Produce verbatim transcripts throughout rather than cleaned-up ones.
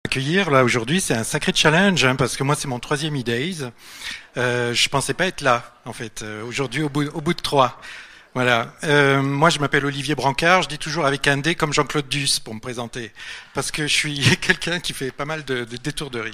Accueillir là aujourd'hui, c'est un sacré challenge hein, parce que moi c'est mon troisième E-Days. Euh, je pensais pas être là en fait. Euh, aujourd'hui au bout, au bout de trois. Voilà. Euh, moi je m'appelle Olivier Brancard. Je dis toujours avec un D comme Jean-Claude Duss pour me présenter parce que je suis quelqu'un qui fait pas mal de, de détourderies.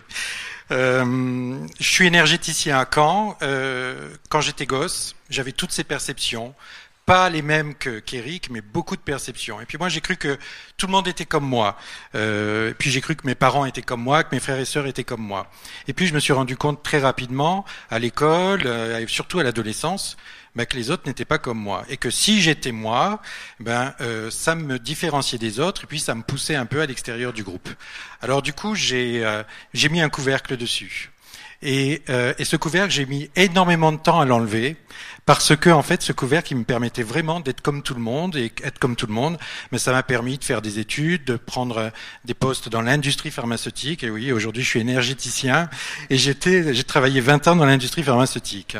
Euh, je suis énergéticien à Caen. Euh, quand j'étais gosse, j'avais toutes ces perceptions. Pas les mêmes que qu'Éric, mais beaucoup de perceptions. Et puis moi, j'ai cru que tout le monde était comme moi. Euh, et puis j'ai cru que mes parents étaient comme moi, que mes frères et sœurs étaient comme moi. Et puis je me suis rendu compte très rapidement, à l'école, euh, et surtout à l'adolescence, ben, que les autres n'étaient pas comme moi. Et que si j'étais moi, ben euh, ça me différenciait des autres, et puis ça me poussait un peu à l'extérieur du groupe. Alors du coup, j'ai euh, j'ai mis un couvercle dessus. Et, euh, et ce couvercle, j'ai mis énormément de temps à l'enlever parce que en fait, ce couvercle, il me permettait vraiment d'être comme tout le monde et être comme tout le monde. Mais ça m'a permis de faire des études, de prendre des postes dans l'industrie pharmaceutique. Et oui, aujourd'hui, je suis énergéticien et j'étais, j'ai travaillé vingt ans dans l'industrie pharmaceutique.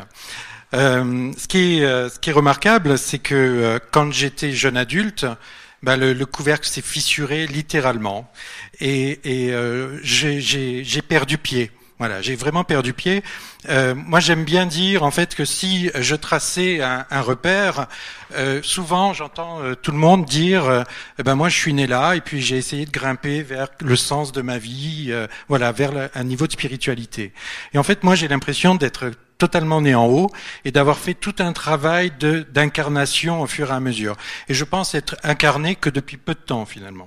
Euh, ce qui est, euh, ce qui est remarquable, c'est que euh, quand j'étais jeune adulte, ben le, le couvercle s'est fissuré littéralement et, et euh, j'ai, j'ai, j'ai perdu pied. Voilà, j'ai vraiment perdu pied. Euh, moi, j'aime bien dire en fait que si je traçais un, un repère, euh, souvent j'entends euh, tout le monde dire, euh, eh ben moi je suis né là et puis j'ai essayé de grimper vers le sens de ma vie, euh, voilà, vers le, un niveau de spiritualité. Et en fait, moi j'ai l'impression d'être totalement né en haut et d'avoir fait tout un travail de d'incarnation au fur et à mesure. Et je pense être incarné que depuis peu de temps finalement.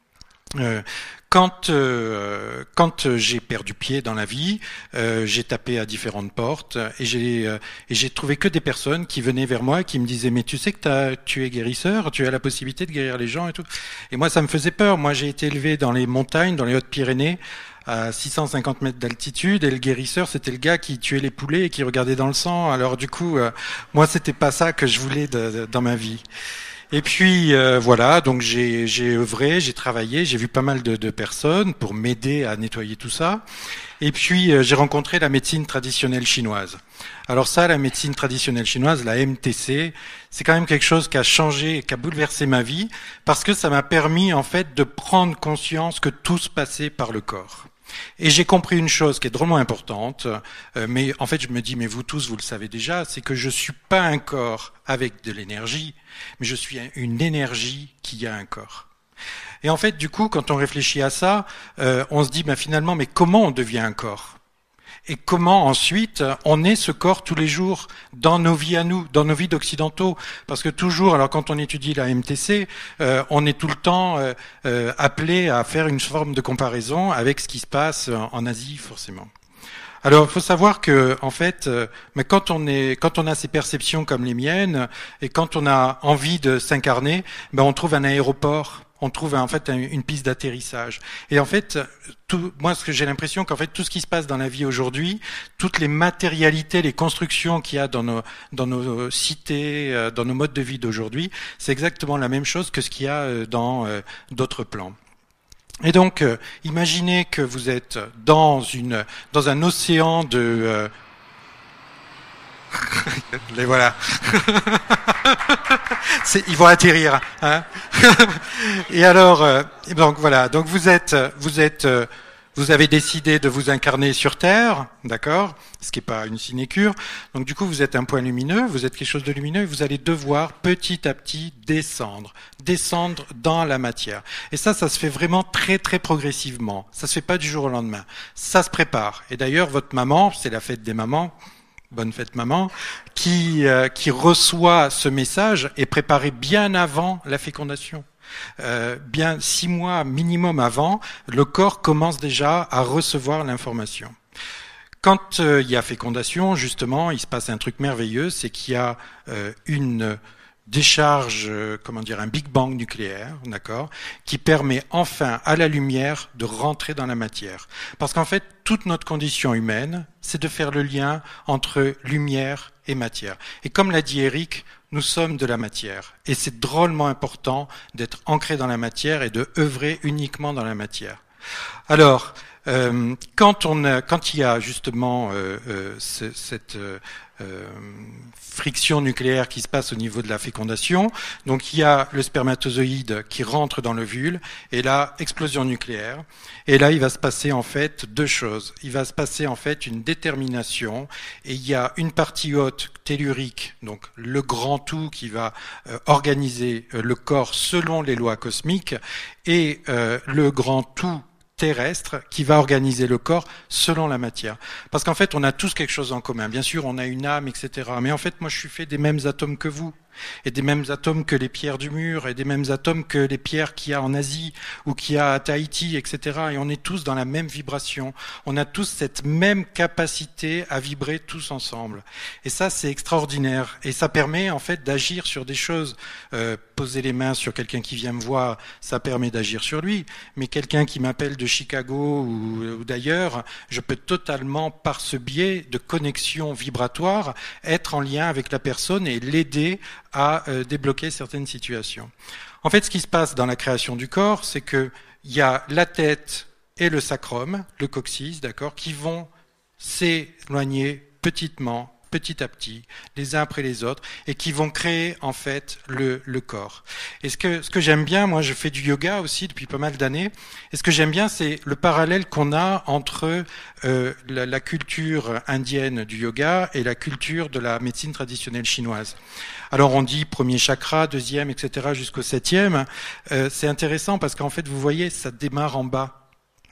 Euh, Quand, euh, quand j'ai perdu pied dans la vie, euh, j'ai tapé à différentes portes et j'ai, euh, et j'ai trouvé que des personnes qui venaient vers moi et qui me disaient mais tu sais que t'as, tu es guérisseur, tu as la possibilité de guérir les gens et tout. Et moi ça me faisait peur. Moi j'ai été élevé dans les montagnes, dans les Hautes-Pyrénées, à six cent cinquante mètres d'altitude et le guérisseur c'était le gars qui tuait les poulets et qui regardait dans le sang. Alors du coup, euh, moi c'était pas ça que je voulais de, de, dans ma vie. Et puis euh, voilà, donc j'ai, j'ai œuvré, j'ai travaillé, j'ai vu pas mal de, de personnes pour m'aider à nettoyer tout ça. Et puis euh, j'ai rencontré la médecine traditionnelle chinoise. Alors ça, la médecine traditionnelle chinoise, la M T C, c'est quand même quelque chose qui a changé, qui a bouleversé ma vie, parce que ça m'a permis en fait de prendre conscience que tout se passait par le corps. Et j'ai compris une chose qui est drôlement importante, euh, mais en fait je me dis, mais vous tous vous le savez déjà, c'est que je suis pas un corps avec de l'énergie, mais je suis une énergie qui a un corps. Et en fait du coup quand on réfléchit à ça, euh, on se dit ben, finalement mais comment on devient un corps ? Et comment ensuite on est ce corps tous les jours dans nos vies à nous, dans nos vies d'occidentaux. Parce que toujours, alors quand on étudie la M T C, euh, on est tout le temps euh, euh, appelé à faire une forme de comparaison avec ce qui se passe en Asie forcément. Alors il faut savoir que en fait, euh, mais quand on est, quand on a ces perceptions comme les miennes et quand on a envie de s'incarner, ben on trouve un aéroport. On trouve en fait une piste d'atterrissage. Et en fait, tout, moi, ce que j'ai l'impression qu'en fait tout ce qui se passe dans la vie aujourd'hui, toutes les matérialités, les constructions qu'il y a dans nos dans nos cités, dans nos modes de vie d'aujourd'hui, c'est exactement la même chose que ce qu'il y a dans euh, d'autres plans. Et donc, euh, imaginez que vous êtes dans une dans un océan de euh, les voilà. C'est, ils vont atterrir. Hein. Et alors, euh, donc voilà. Donc vous êtes, vous êtes, euh, vous avez décidé de vous incarner sur Terre, d'accord, ce qui n'est pas une sinécure. Donc du coup, vous êtes un point lumineux, vous êtes quelque chose de lumineux, et vous allez devoir petit à petit descendre, descendre dans la matière. Et ça, ça se fait vraiment très très progressivement. Ça se fait pas du jour au lendemain. Ça se prépare. Et d'ailleurs, votre maman, c'est la fête des mamans. Bonne fête maman, qui, euh, qui reçoit ce message est préparé bien avant la fécondation. Euh, bien six mois minimum avant, le corps commence déjà à recevoir l'information. Quand euh, il y a fécondation, justement, il se passe un truc merveilleux, c'est qu'il y a euh, une décharge, euh, comment dire, un Big Bang nucléaire, d'accord, qui permet enfin à la lumière de rentrer dans la matière. Parce qu'en fait, toute notre condition humaine, c'est de faire le lien entre lumière et matière. Et comme l'a dit Éric, nous sommes de la matière. Et c'est drôlement important d'être ancré dans la matière et de œuvrer uniquement dans la matière. Alors, euh, quand on a, quand il y a justement euh, euh, ce, cette euh, euh, friction nucléaire qui se passe au niveau de la fécondation. Donc il y a le spermatozoïde qui rentre dans l'ovule, et là, explosion nucléaire. Et là, il va se passer en fait deux choses. Il va se passer en fait une détermination, et il y a une partie haute tellurique, donc le grand tout qui va euh, organiser euh, le corps selon les lois cosmiques, et euh, le grand tout terrestre qui va organiser le corps selon la matière. Parce qu'en fait, on a tous quelque chose en commun. Bien sûr, on a une âme, et cetera. Mais en fait, moi, je suis fait des mêmes atomes que vous, et des mêmes atomes que les pierres du mur, et des mêmes atomes que les pierres qu'il y a en Asie, ou qu'il y a à Tahiti, et cetera. Et on est tous dans la même vibration. On a tous cette même capacité à vibrer tous ensemble. Et ça, c'est extraordinaire. Et ça permet, en fait, d'agir sur des choses. Euh, poser les mains sur quelqu'un qui vient me voir, ça permet d'agir sur lui. Mais quelqu'un qui m'appelle de Chicago ou, ou d'ailleurs, je peux totalement, par ce biais de connexion vibratoire, être en lien avec la personne et l'aider à euh, débloquer certaines situations. En fait, ce qui se passe dans la création du corps, c'est que il y a la tête et le sacrum, le coccyx, d'accord, qui vont s'éloigner petitement, petit à petit, les uns après les autres, et qui vont créer en fait le, le corps. Et ce que, ce que j'aime bien, moi je fais du yoga aussi depuis pas mal d'années, et ce que j'aime bien c'est le parallèle qu'on a entre euh, la, la culture indienne du yoga et la culture de la médecine traditionnelle chinoise. Alors on dit premier chakra, deuxième, et cetera jusqu'au septième. Euh, c'est intéressant parce qu'en fait vous voyez, ça démarre en bas. D'accord ?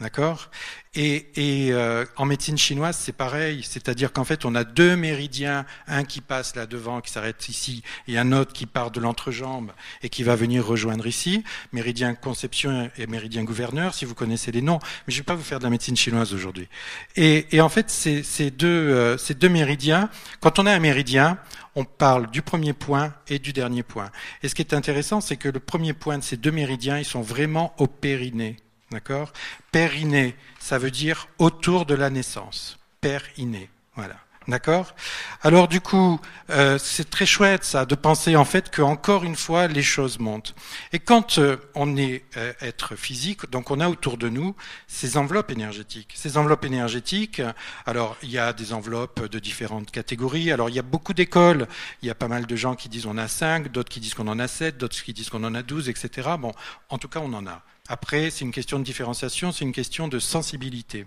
Et, et euh, en médecine chinoise, c'est pareil, c'est-à-dire qu'en fait, on a deux méridiens, un qui passe là devant, qui s'arrête ici, et un autre qui part de l'entrejambe et qui va venir rejoindre ici, méridien conception et méridien gouverneur, si vous connaissez les noms, mais je ne vais pas vous faire de la médecine chinoise aujourd'hui. Et, et en fait, ces, ces, deux, euh, ces deux méridiens, quand on a un méridien, on parle du premier point et du dernier point. Et ce qui est intéressant, c'est que le premier point de ces deux méridiens, ils sont vraiment au périnée. D'accord ? Périnée, ça veut dire autour de la naissance. Périnée, voilà. D'accord ? Alors du coup, euh, c'est très chouette ça, de penser en fait qu'encore une fois, les choses montent. Et quand euh, on est euh, être physique, donc on a autour de nous ces enveloppes énergétiques. Ces enveloppes énergétiques, alors il y a des enveloppes de différentes catégories. Alors il y a beaucoup d'écoles, il y a pas mal de gens qui disent on a cinq, d'autres qui disent qu'on en a sept, d'autres qui disent qu'on en a douze, et cetera. Bon, en tout cas, on en a. Après, c'est une question de différenciation, c'est une question de sensibilité.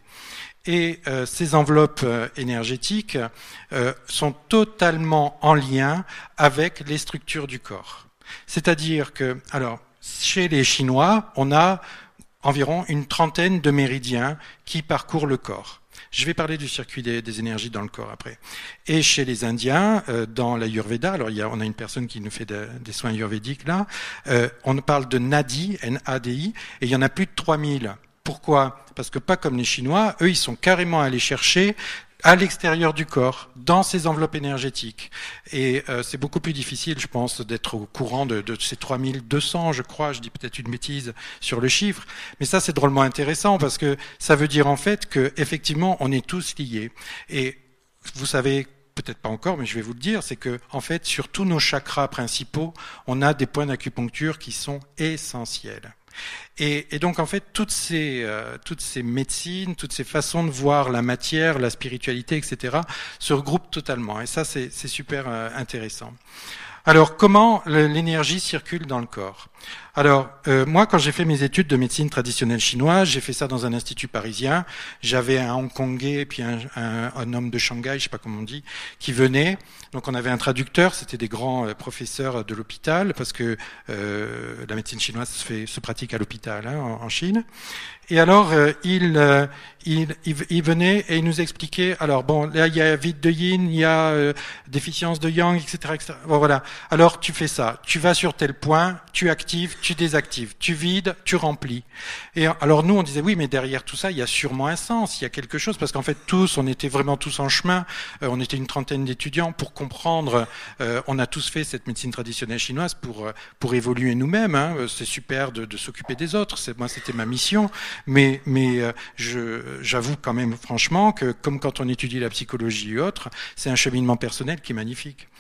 Et euh, ces enveloppes euh, énergétiques euh, sont totalement en lien avec les structures du corps. C'est-à-dire que, alors, chez les Chinois, on a environ une trentaine de méridiens qui parcourent le corps. Je vais parler du circuit des, des énergies dans le corps après. Et chez les Indiens, euh, dans l'Ayurveda, alors il y a, on a une personne qui nous fait de, des soins ayurvédiques là, euh, on parle de Nadi, N A D I, et il y en a plus de trois mille. Pourquoi ? Parce que pas comme les Chinois, eux ils sont carrément allés chercher à l'extérieur du corps, dans ces enveloppes énergétiques. Et euh, c'est beaucoup plus difficile, je pense, d'être au courant de, de ces trois mille deux cents, je crois, je dis peut-être une bêtise sur le chiffre, mais ça c'est drôlement intéressant parce que ça veut dire en fait que effectivement on est tous liés. Et vous savez, peut-être pas encore, mais je vais vous le dire, c'est que en fait sur tous nos chakras principaux, on a des points d'acupuncture qui sont essentiels. Et, et donc en fait toutes ces euh, toutes ces médecines, toutes ces façons de voir la matière, la spiritualité, et cetera se regroupent totalement. Et ça c'est c'est super euh, intéressant. Alors comment l'énergie circule dans le corps ? Alors euh, moi quand j'ai fait mes études de médecine traditionnelle chinoise, j'ai fait ça dans un institut parisien. J'avais un Hongkongais et puis un, un, un homme de Shanghai, je sais pas comment on dit, qui venait. Donc on avait un traducteur, c'était des grands euh, professeurs de l'hôpital parce que euh, la médecine chinoise se, fait, se pratique à l'hôpital hein, en, en Chine. Et alors euh, il, euh, il, il il venait et il nous expliquait. Alors bon là il y a vide de yin, il y a euh, déficience de yang, et cetera, et cetera. Bon voilà. Alors tu fais ça, tu vas sur tel point, tu actives, tu désactives, tu vides, tu remplis. Et alors nous on disait oui mais derrière tout ça il y a sûrement un sens, il y a quelque chose parce qu'en fait tous on était vraiment tous en chemin, euh, on était une trentaine d'étudiants pour comprendre. Euh, on a tous fait cette médecine traditionnelle chinoise pour pour évoluer nous-mêmes. Hein. C'est super de, de s'occuper des autres. C'est, moi c'était ma mission. Mais, mais euh, je, j'avoue quand même franchement que comme quand on étudie la psychologie et autres, c'est un cheminement personnel qui est magnifique.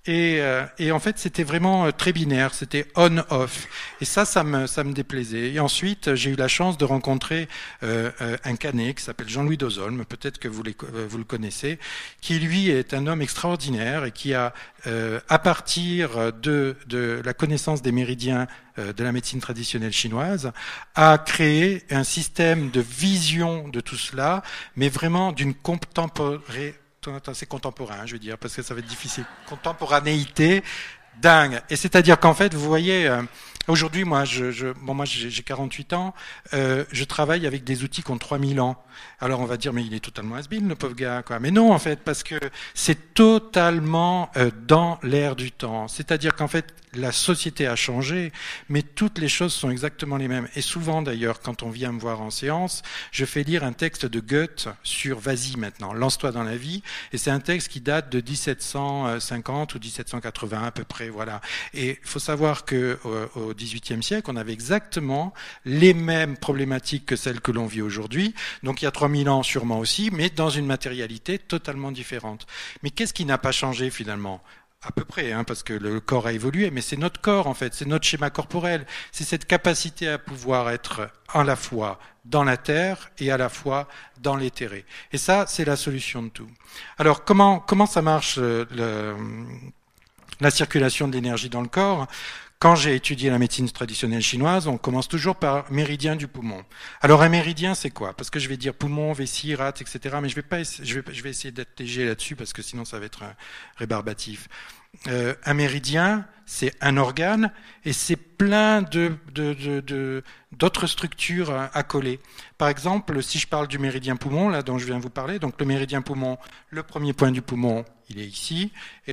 Et, euh, et en fait, c'était vraiment euh, très binaire, c'était on-off. Et ça, ça me, ça me déplaisait. Et ensuite, j'ai eu la chance de rencontrer euh, euh, un Canet qui s'appelle Jean-Louis Dozolme, peut-être que vous, les, vous le connaissez, qui lui est un homme extraordinaire et qui a, euh, à partir de, de la connaissance des méridiens euh, de la médecine traditionnelle chinoise, a créé un système de vision de tout cela, mais vraiment d'une contemporanéité. C'est contemporain, je veux dire, parce que ça va être difficile. Contemporanéité dingue. Et c'est-à-dire qu'en fait, vous voyez, euh, aujourd'hui, moi, je, je, bon, moi, j'ai quarante-huit ans, euh, je travaille avec des outils qui ont trois mille ans. Alors, on va dire, mais il est totalement has-been, le pauvre gars, quoi. Mais non, en fait, parce que c'est totalement euh, dans l'air du temps. C'est-à-dire qu'en fait, la société a changé, mais toutes les choses sont exactement les mêmes. Et souvent, d'ailleurs, quand on vient me voir en séance, je fais lire un texte de Goethe sur Vas-y maintenant, lance-toi dans la vie. Et c'est un texte qui date de dix-sept cent cinquante ou dix-sept cent quatre-vingts à peu près, voilà. Et il faut savoir que au, au dix-huitième siècle, on avait exactement les mêmes problématiques que celles que l'on vit aujourd'hui. Donc il y a trois mille ans sûrement aussi, mais dans une matérialité totalement différente. Mais qu'est-ce qui n'a pas changé finalement ? À peu près, hein, parce que le corps a évolué, mais c'est notre corps en fait, c'est notre schéma corporel, c'est cette capacité à pouvoir être à la fois dans la terre et à la fois dans l'éthéré. Et ça, c'est la solution de tout. Alors, comment comment ça marche le, le, la circulation de l'énergie dans le corps ? Quand j'ai étudié la médecine traditionnelle chinoise, on commence toujours par méridien du poumon. Alors un méridien, c'est quoi ? Parce que je vais dire poumon, vessie, rate, et cetera. Mais je vais pas, je vais, je vais essayer d'être léger là-dessus parce que sinon ça va être rébarbatif. Euh, un méridien, c'est un organe et c'est plein de, de, de, de, d'autres structures accolées. Par exemple, si je parle du méridien poumon, là dont je viens vous parler, donc le méridien poumon, le premier point du poumon, il est ici. Et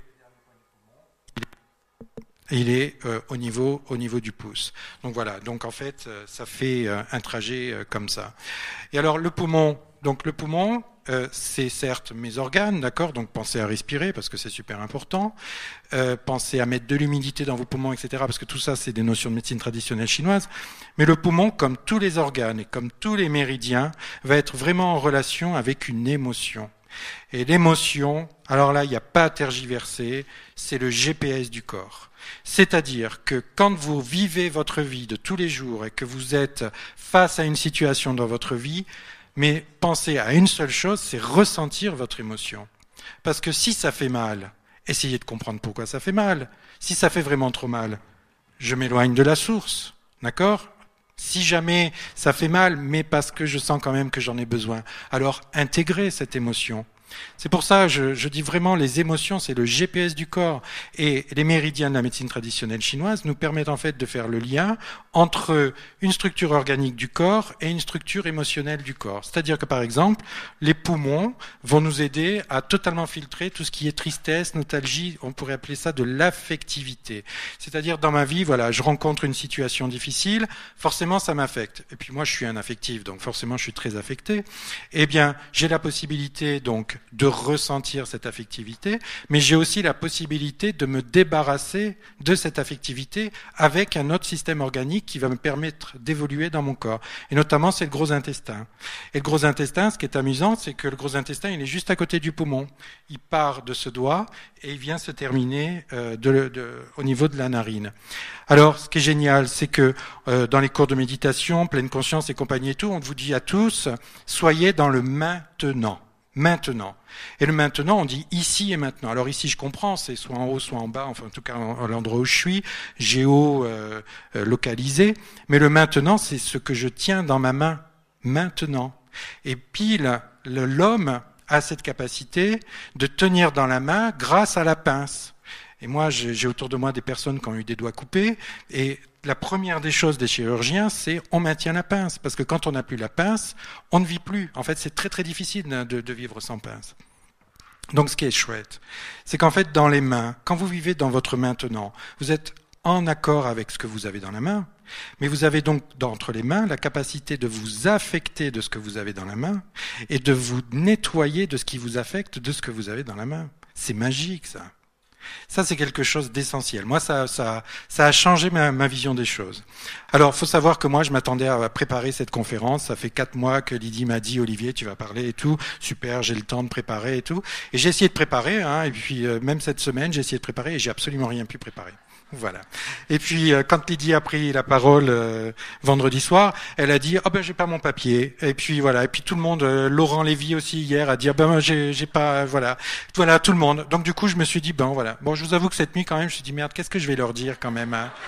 il est euh, au niveau au niveau du pouce. Donc voilà, donc en fait euh, ça fait euh, un trajet euh, comme ça. Et alors le poumon, donc le poumon euh, c'est certes mes organes, d'accord, donc pensez à respirer parce que c'est super important, euh, pensez à mettre de l'humidité dans vos poumons, et cetera, parce que tout ça c'est des notions de médecine traditionnelle chinoise, mais le poumon, comme tous les organes et comme tous les méridiens, va être vraiment en relation avec une émotion. Et l'émotion, alors là il n'y a pas à tergiverser, c'est le G P S du corps. C'est-à-dire que quand vous vivez votre vie de tous les jours et que vous êtes face à une situation dans votre vie, mais pensez à une seule chose, c'est ressentir votre émotion. Parce que si ça fait mal, essayez de comprendre pourquoi ça fait mal. Si ça fait vraiment trop mal, je m'éloigne de la source, d'accord ? Si jamais ça fait mal, mais parce que je sens quand même que j'en ai besoin, alors intégrez cette émotion. C'est pour ça que je, je dis vraiment les émotions, c'est le G P S du corps. Et les méridiens de la médecine traditionnelle chinoise nous permettent en fait de faire le lien entre une structure organique du corps et une structure émotionnelle du corps. C'est-à-dire que par exemple, les poumons vont nous aider à totalement filtrer tout ce qui est tristesse, nostalgie, on pourrait appeler ça de l'affectivité. C'est-à-dire dans ma vie, voilà, je rencontre une situation difficile, forcément ça m'affecte. Et puis moi je suis un affectif, donc forcément je suis très affecté. Eh bien, j'ai la possibilité donc de ressentir cette affectivité, mais j'ai aussi la possibilité de me débarrasser de cette affectivité avec un autre système organique qui va me permettre d'évoluer dans mon corps. Et notamment, c'est le gros intestin. Et le gros intestin, ce qui est amusant, c'est que le gros intestin, il est juste à côté du poumon. Il part de ce doigt et il vient se terminer euh, de, de, au niveau de la narine. Alors, ce qui est génial, c'est que euh, dans les cours de méditation, pleine conscience et compagnie et tout, on vous dit à tous, soyez dans le maintenant. Maintenant. Et le maintenant, on dit ici et maintenant. Alors ici, je comprends, c'est soit en haut, soit en bas, enfin en tout cas à l'endroit où je suis, géo-localisé. Euh, mais le maintenant, c'est ce que je tiens dans ma main, maintenant. Et pile, l'homme a cette capacité de tenir dans la main grâce à la pince. Et moi, j'ai autour de moi des personnes qui ont eu des doigts coupés, et la première des choses des chirurgiens, c'est on maintient la pince, parce que quand on n'a plus la pince, on ne vit plus. En fait, c'est très très difficile de, de vivre sans pince. Donc, ce qui est chouette, c'est qu'en fait, dans les mains, quand vous vivez dans votre maintenant, vous êtes en accord avec ce que vous avez dans la main, mais vous avez donc entre les mains la capacité de vous affecter de ce que vous avez dans la main et de vous nettoyer de ce qui vous affecte de ce que vous avez dans la main. C'est magique, ça. Ça, c'est quelque chose d'essentiel. Moi, ça, ça, ça a changé ma, ma vision des choses. Alors, faut savoir que moi, je m'attendais à préparer cette conférence. Ça fait quatre mois que Lydie m'a dit, Olivier, tu vas parler et tout. Super, j'ai le temps de préparer et tout. Et j'ai essayé de préparer, hein, et puis euh, même cette semaine, j'ai essayé de préparer et j'ai absolument rien pu préparer. Voilà. Et puis euh, quand Lydie a pris la parole euh, vendredi soir, elle a dit "Ah oh ben j'ai pas mon papier." Et puis voilà. Et puis tout le monde, euh, Laurent Lévy aussi hier a dit "Ah ben moi, j'ai j'ai pas voilà voilà tout le monde." Donc du coup je me suis dit ben voilà. Bon je vous avoue que cette nuit quand même je me suis dit merde qu'est-ce que je vais leur dire quand même. Hein.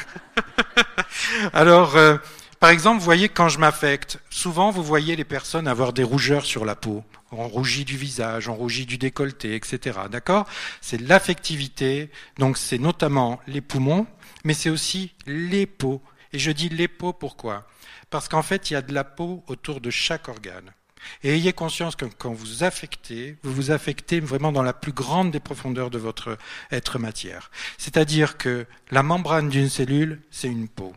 Alors euh, par exemple vous voyez quand je m'affecte, souvent vous voyez les personnes avoir des rougeurs sur la peau. On rougit du visage, on rougit du décolleté, et cetera. D'accord ? C'est l'affectivité, donc c'est notamment les poumons, mais c'est aussi les peaux. Et je dis les peaux pourquoi ? Parce qu'en fait, il y a de la peau autour de chaque organe. Et ayez conscience que quand vous affectez, vous vous affectez vraiment dans la plus grande des profondeurs de votre être matière. C'est-à-dire que la membrane d'une cellule, c'est une peau.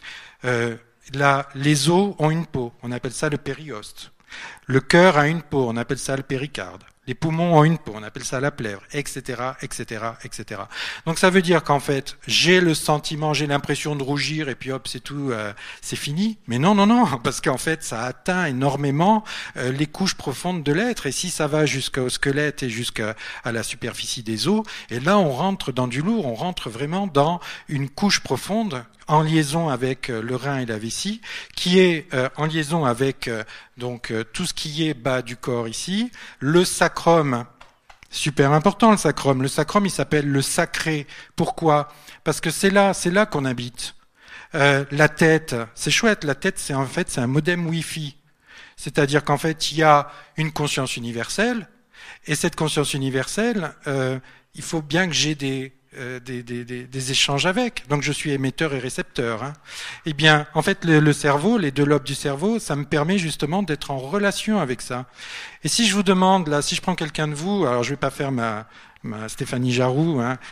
Euh, là, les os ont une peau, on appelle ça le périoste. Le cœur a une peau, on appelle ça le péricarde. Les poumons ont une peau, on appelle ça la plèvre, et cetera, et cetera, et cetera. Donc ça veut dire qu'en fait, j'ai le sentiment, j'ai l'impression de rougir, et puis hop, c'est tout, euh, c'est fini. Mais non, non, non, parce qu'en fait, ça atteint énormément euh, les couches profondes de l'être. Et si ça va jusqu'au squelette et jusqu'à à la superficie des os, et là, on rentre dans du lourd, on rentre vraiment dans une couche profonde en liaison avec le rein et la vessie, qui est euh, en liaison avec euh, donc euh, tout ce qui est bas du corps ici, le sacrum, super important le sacrum. Le sacrum, il s'appelle le sacré. Pourquoi ? Parce que c'est là, c'est là qu'on habite. Euh, la tête, c'est chouette. La tête, c'est en fait, c'est un modem Wi-Fi. C'est-à-dire qu'en fait, il y a une conscience universelle, et cette conscience universelle, euh, il faut bien que j'ai des Euh, des, des, des, des échanges avec. Donc je suis émetteur et récepteur. Hein. Eh bien, en fait, le, le cerveau, les deux lobes du cerveau, ça me permet justement d'être en relation avec ça. Et si je vous demande, là, si je prends quelqu'un de vous, alors je vais pas faire ma, ma Stéphanie Jaroux, hein,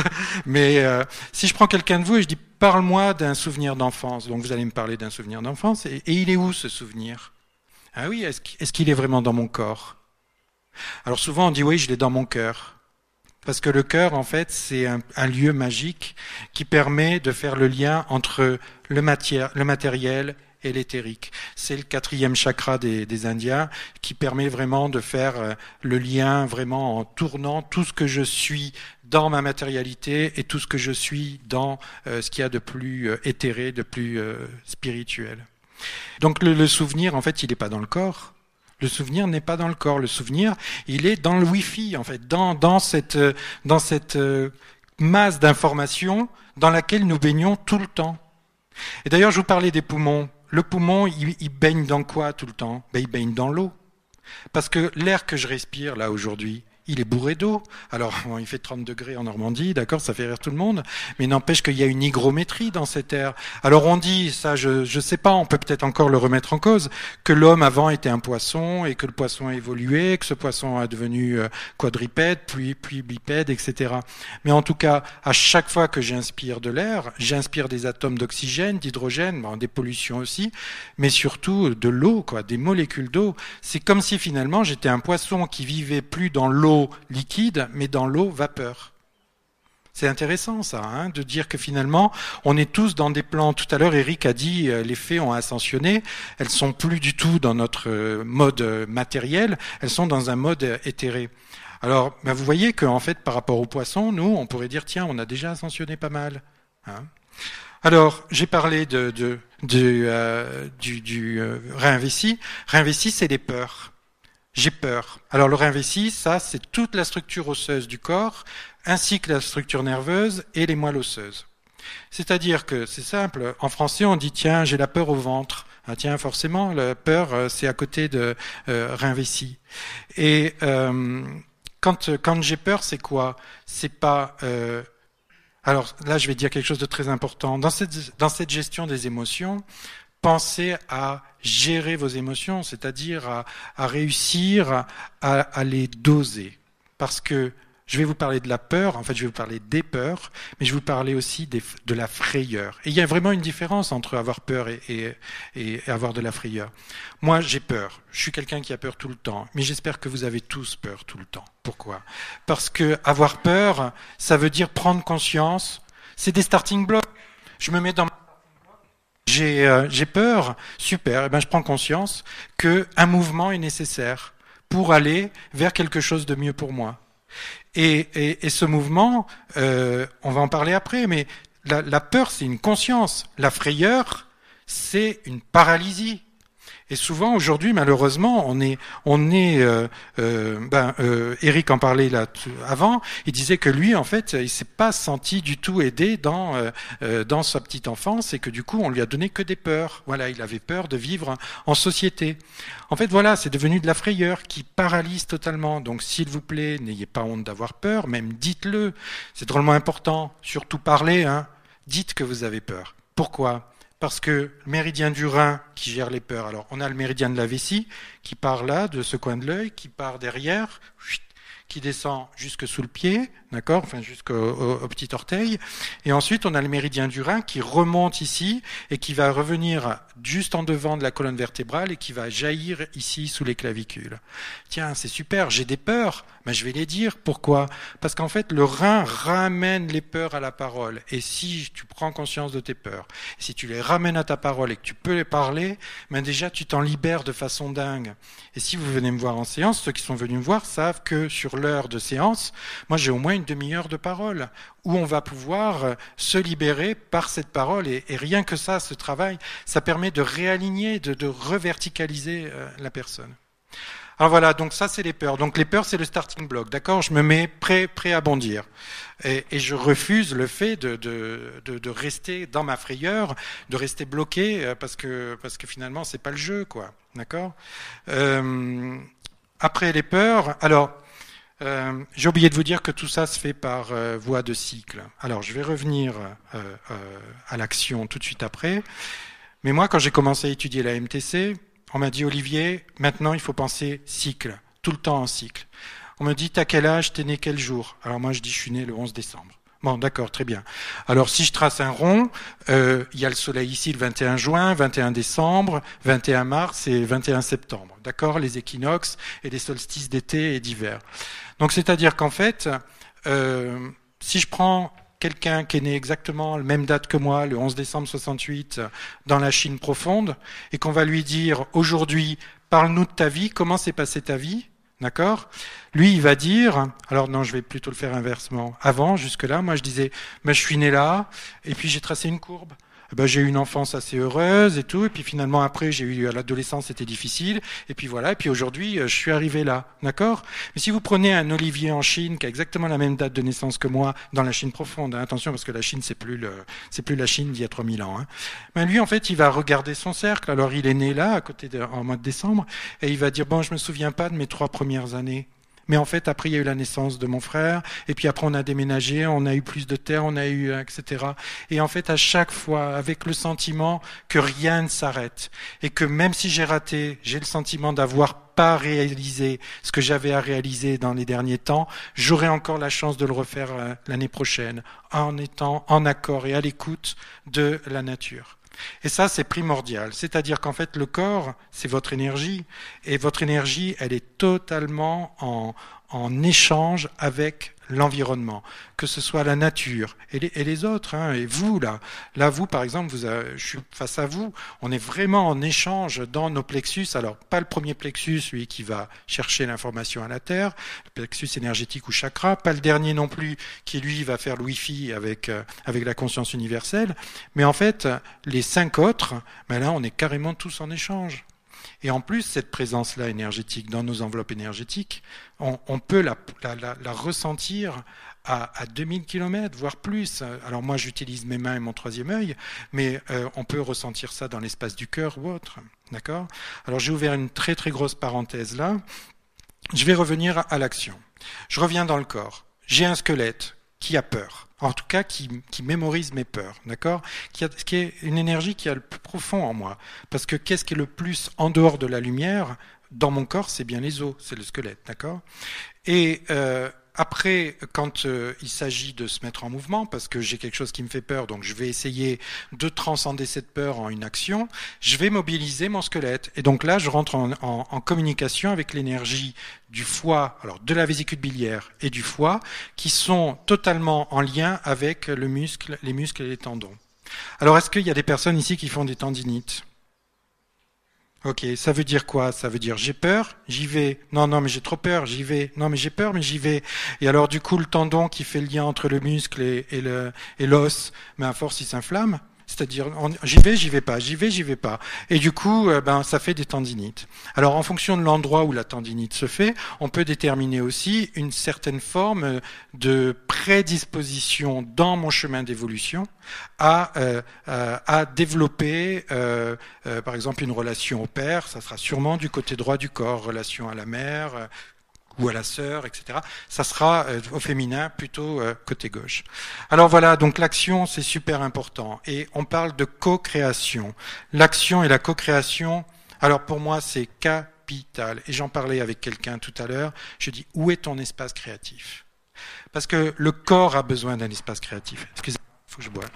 mais euh, si je prends quelqu'un de vous et je dis parle-moi d'un souvenir d'enfance, donc vous allez me parler d'un souvenir d'enfance, et, et il est où ce souvenir ? Ah oui, est-ce qu'il, est-ce qu'il est vraiment dans mon corps ? Alors souvent on dit oui, je l'ai dans mon cœur. Parce que le cœur, en fait, c'est un, un lieu magique qui permet de faire le lien entre le, matière, le matériel et l'éthérique. C'est le quatrième chakra des, des Indiens qui permet vraiment de faire le lien vraiment en tournant tout ce que je suis dans ma matérialité et tout ce que je suis dans euh, ce qu'il y a de plus euh, éthéré, de plus euh, spirituel. Donc le, le souvenir, en fait, il n'est pas dans le corps. Le souvenir n'est pas dans le corps. Le souvenir, il est dans le Wi-Fi, en fait, dans, dans cette, dans cette masse d'informations dans laquelle nous baignons tout le temps. Et d'ailleurs, je vous parlais des poumons. Le poumon, il, il baigne dans quoi tout le temps ? Ben, il baigne dans l'eau. Parce que l'air que je respire, là, aujourd'hui, il est bourré d'eau. Alors, bon, il fait trente degrés en Normandie, d'accord, ça fait rire tout le monde, mais n'empêche qu'il y a une hygrométrie dans cet air. Alors on dit, ça je je sais pas, on peut peut-être encore le remettre en cause, que l'homme avant était un poisson, et que le poisson a évolué, que ce poisson est devenu quadrupède, puis, puis bipède, et cetera. Mais en tout cas, à chaque fois que j'inspire de l'air, j'inspire des atomes d'oxygène, d'hydrogène, bon, des pollutions aussi, mais surtout de l'eau, quoi, des molécules d'eau. C'est comme si finalement j'étais un poisson qui vivait plus dans l'eau liquide, mais dans l'eau vapeur. C'est intéressant ça, hein, de dire que finalement, on est tous dans des plans. Tout à l'heure, Eric a dit, euh, les fées ont ascensionné. Elles sont plus du tout dans notre euh, mode matériel. Elles sont dans un mode éthéré. Alors, ben, vous voyez qu'en fait, par rapport aux poissons, nous, on pourrait dire, tiens, on a déjà ascensionné pas mal. Hein. Alors, j'ai parlé de, de, de euh, du, du euh, rein vessie. Rein vessie, c'est les peurs. J'ai peur. Alors le rein vessie, ça, c'est toute la structure osseuse du corps, ainsi que la structure nerveuse et les moelles osseuses. C'est-à-dire que c'est simple. En français, on dit tiens, j'ai la peur au ventre. Ah, tiens, forcément, la peur, c'est à côté de euh, rein vessie. Et euh, quand quand j'ai peur, c'est quoi ? C'est pas euh, alors là, je vais dire quelque chose de très important. Dans cette dans cette gestion des émotions, pensez à gérer vos émotions, c'est-à-dire à, à réussir à, à les doser. Parce que Je vais vous parler de la peur, en fait je vais vous parler des peurs, mais je vais vous parler aussi des, de la frayeur. Et il y a vraiment une différence entre avoir peur et, et, et avoir de la frayeur. Moi j'ai peur, je suis quelqu'un qui a peur tout le temps, mais j'espère que vous avez tous peur tout le temps. Pourquoi ? Parce que avoir peur, ça veut dire prendre conscience, c'est des starting blocks. Je me mets dans j'ai, euh, j'ai peur, super, et ben je prends conscience qu'un mouvement est nécessaire pour aller vers quelque chose de mieux pour moi. Et, et, et ce mouvement, euh, on va en parler après, mais la, la peur, c'est une conscience. La frayeur, c'est une paralysie. Et souvent, aujourd'hui, malheureusement, on est, on est, euh, euh, ben, euh, Eric en parlait là avant. Il disait que lui, en fait, il s'est pas senti du tout aidé dans euh, dans sa petite enfance et que du coup, on lui a donné que des peurs. Voilà, il avait peur de vivre en société. En fait, voilà, c'est devenu de la frayeur qui paralyse totalement. Donc, s'il vous plaît, n'ayez pas honte d'avoir peur, même dites-le. C'est drôlement important. Surtout parler, hein. Dites que vous avez peur. Pourquoi ? Parce que le méridien du rein qui gère les peurs, alors on a le méridien de la vessie qui part là, de ce coin de l'œil, qui part derrière, qui descend jusque sous le pied, d'accord, enfin jusqu'au au, au petit orteil, et ensuite on a le méridien du rein qui remonte ici et qui va revenir juste en devant de la colonne vertébrale et qui va jaillir ici sous les clavicules. Tiens, c'est super, j'ai des peurs, mais je vais les dire. Pourquoi ? Parce qu'en fait le rein ramène les peurs à la parole, et si tu prends conscience de tes peurs, si tu les ramènes à ta parole et que tu peux les parler, ben déjà tu t'en libères de façon dingue. Et si vous venez me voir en séance, ceux qui sont venus me voir savent que sur l'heure de séance, moi j'ai au moins une demi-heure de parole où on va pouvoir se libérer par cette parole, et, et rien que ça, ce travail, ça permet de réaligner, de, de reverticaliser euh, la personne. Alors voilà, donc ça c'est les peurs. Donc les peurs c'est le starting block, d'accord ? Je me mets prêt, prêt à bondir. Et, et je refuse le fait de, de, de, de rester dans ma frayeur, de rester bloqué, parce que, parce que finalement c'est pas le jeu, quoi. D'accord ? euh, Après les peurs, alors... Euh, j'ai oublié de vous dire que tout ça se fait par euh, voie de cycle. Alors, je vais revenir euh, euh, à l'action tout de suite après. Mais moi, quand j'ai commencé à étudier la M T C, on m'a dit, Olivier, maintenant, il faut penser cycle, tout le temps en cycle. On me dit, t'as quel âge, t'es né quel jour ? Alors moi, je dis, je suis né le onze décembre. Bon, d'accord, très bien. Alors, si je trace un rond, euh, il y a le soleil ici le vingt et un juin, vingt et un décembre, vingt et un mars et vingt et un septembre. D'accord ? Les équinoxes et les solstices d'été et d'hiver. Donc, c'est-à-dire qu'en fait, euh, si je prends quelqu'un qui est né exactement la même date que moi, le onze décembre soixante-huit, dans la Chine profonde, et qu'on va lui dire, aujourd'hui, parle-nous de ta vie, comment s'est passée ta vie ? D'accord ? Lui, il va dire, alors non, je vais plutôt le faire inversement. Avant, jusque-là, moi je disais, ben, je suis né là, et puis j'ai tracé une courbe. Ben, j'ai eu une enfance assez heureuse et tout, et puis finalement après j'ai eu à l'adolescence, c'était difficile, et puis voilà, et puis aujourd'hui je suis arrivé là, d'accord ? Mais si vous prenez un Olivier en Chine qui a exactement la même date de naissance que moi, dans la Chine profonde, hein, attention parce que la Chine c'est plus le, c'est plus la Chine d'il y a trois mille ans, hein, ben lui en fait il va regarder son cercle, alors il est né là, à côté de, en mois de décembre, et il va dire bon je me souviens pas de mes trois premières années. Mais en fait, après, il y a eu la naissance de mon frère, et puis après, on a déménagé, on a eu plus de terre, on a eu, et cetera. Et en fait, à chaque fois, avec le sentiment que rien ne s'arrête, et que même si j'ai raté, j'ai le sentiment d'avoir pas réalisé ce que j'avais à réaliser dans les derniers temps, j'aurai encore la chance de le refaire l'année prochaine, en étant en accord et à l'écoute de la nature. Et ça, c'est primordial. C'est-à-dire qu'en fait, le corps, c'est votre énergie. Et votre énergie, elle est totalement en, en échange avec l'environnement, que ce soit la nature et les, et les autres, hein, et vous là, là vous par exemple, vous avez, je suis face à vous, on est vraiment en échange dans nos plexus. Alors pas le premier plexus, celui qui va chercher l'information à la terre, le plexus énergétique ou chakra, pas le dernier non plus qui lui va faire le wifi avec euh, avec la conscience universelle, mais en fait les cinq autres, ben là on est carrément tous en échange. Et en plus, cette présence-là énergétique dans nos enveloppes énergétiques, on, on peut la, la, la, la ressentir à, à deux mille kilomètres, voire plus. Alors moi, j'utilise mes mains et mon troisième œil, mais euh, on peut ressentir ça dans l'espace du cœur ou autre. D'accord ? Alors j'ai ouvert une très très grosse parenthèse là. Je vais revenir à l'action. Je reviens dans le corps. J'ai un squelette qui a peur. En tout cas, qui, qui mémorise mes peurs, d'accord ? Qui, a, qui est une énergie qui a le plus profond en moi. Parce que qu'est-ce qui est le plus en dehors de la lumière ? Dans mon corps, c'est bien les os, c'est le squelette, d'accord ? Et euh, après, quand euh, il s'agit de se mettre en mouvement, parce que j'ai quelque chose qui me fait peur, donc je vais essayer de transcender cette peur en une action, je vais mobiliser mon squelette. Et donc là, je rentre en, en, en communication avec l'énergie du foie, alors de la vésicule biliaire et du foie, qui sont totalement en lien avec le muscle, les muscles et les tendons. Alors, est-ce qu'il y a des personnes ici qui font des tendinites ? Ok, ça veut dire quoi? Ça veut dire j'ai peur, j'y vais. Non, non, mais j'ai trop peur, j'y vais. Non, mais j'ai peur, mais j'y vais. Et alors du coup, le tendon qui fait le lien entre le muscle et, et le et l'os, mais à force, il s'inflamme. C'est-à-dire, on- j'y vais, j'y vais pas, j'y vais, j'y vais pas. Et du coup, euh, ben, ça fait des tendinites. Alors, en fonction de l'endroit où la tendinite se fait, on peut déterminer aussi une certaine forme de prédisposition dans mon chemin d'évolution à, euh, euh, à développer, euh, euh, par exemple, une relation au père. Ça sera sûrement du côté droit du corps, relation à la mère, euh, ou à la sœur, et cetera. Ça sera euh, au féminin plutôt euh, côté gauche. Alors voilà, donc l'action c'est super important et on parle de co-création. L'action et la co-création, alors pour moi c'est capital et j'en parlais avec quelqu'un tout à l'heure, je dis où est ton espace créatif? Parce que le corps a besoin d'un espace créatif. Excusez-moi, il faut que je boive.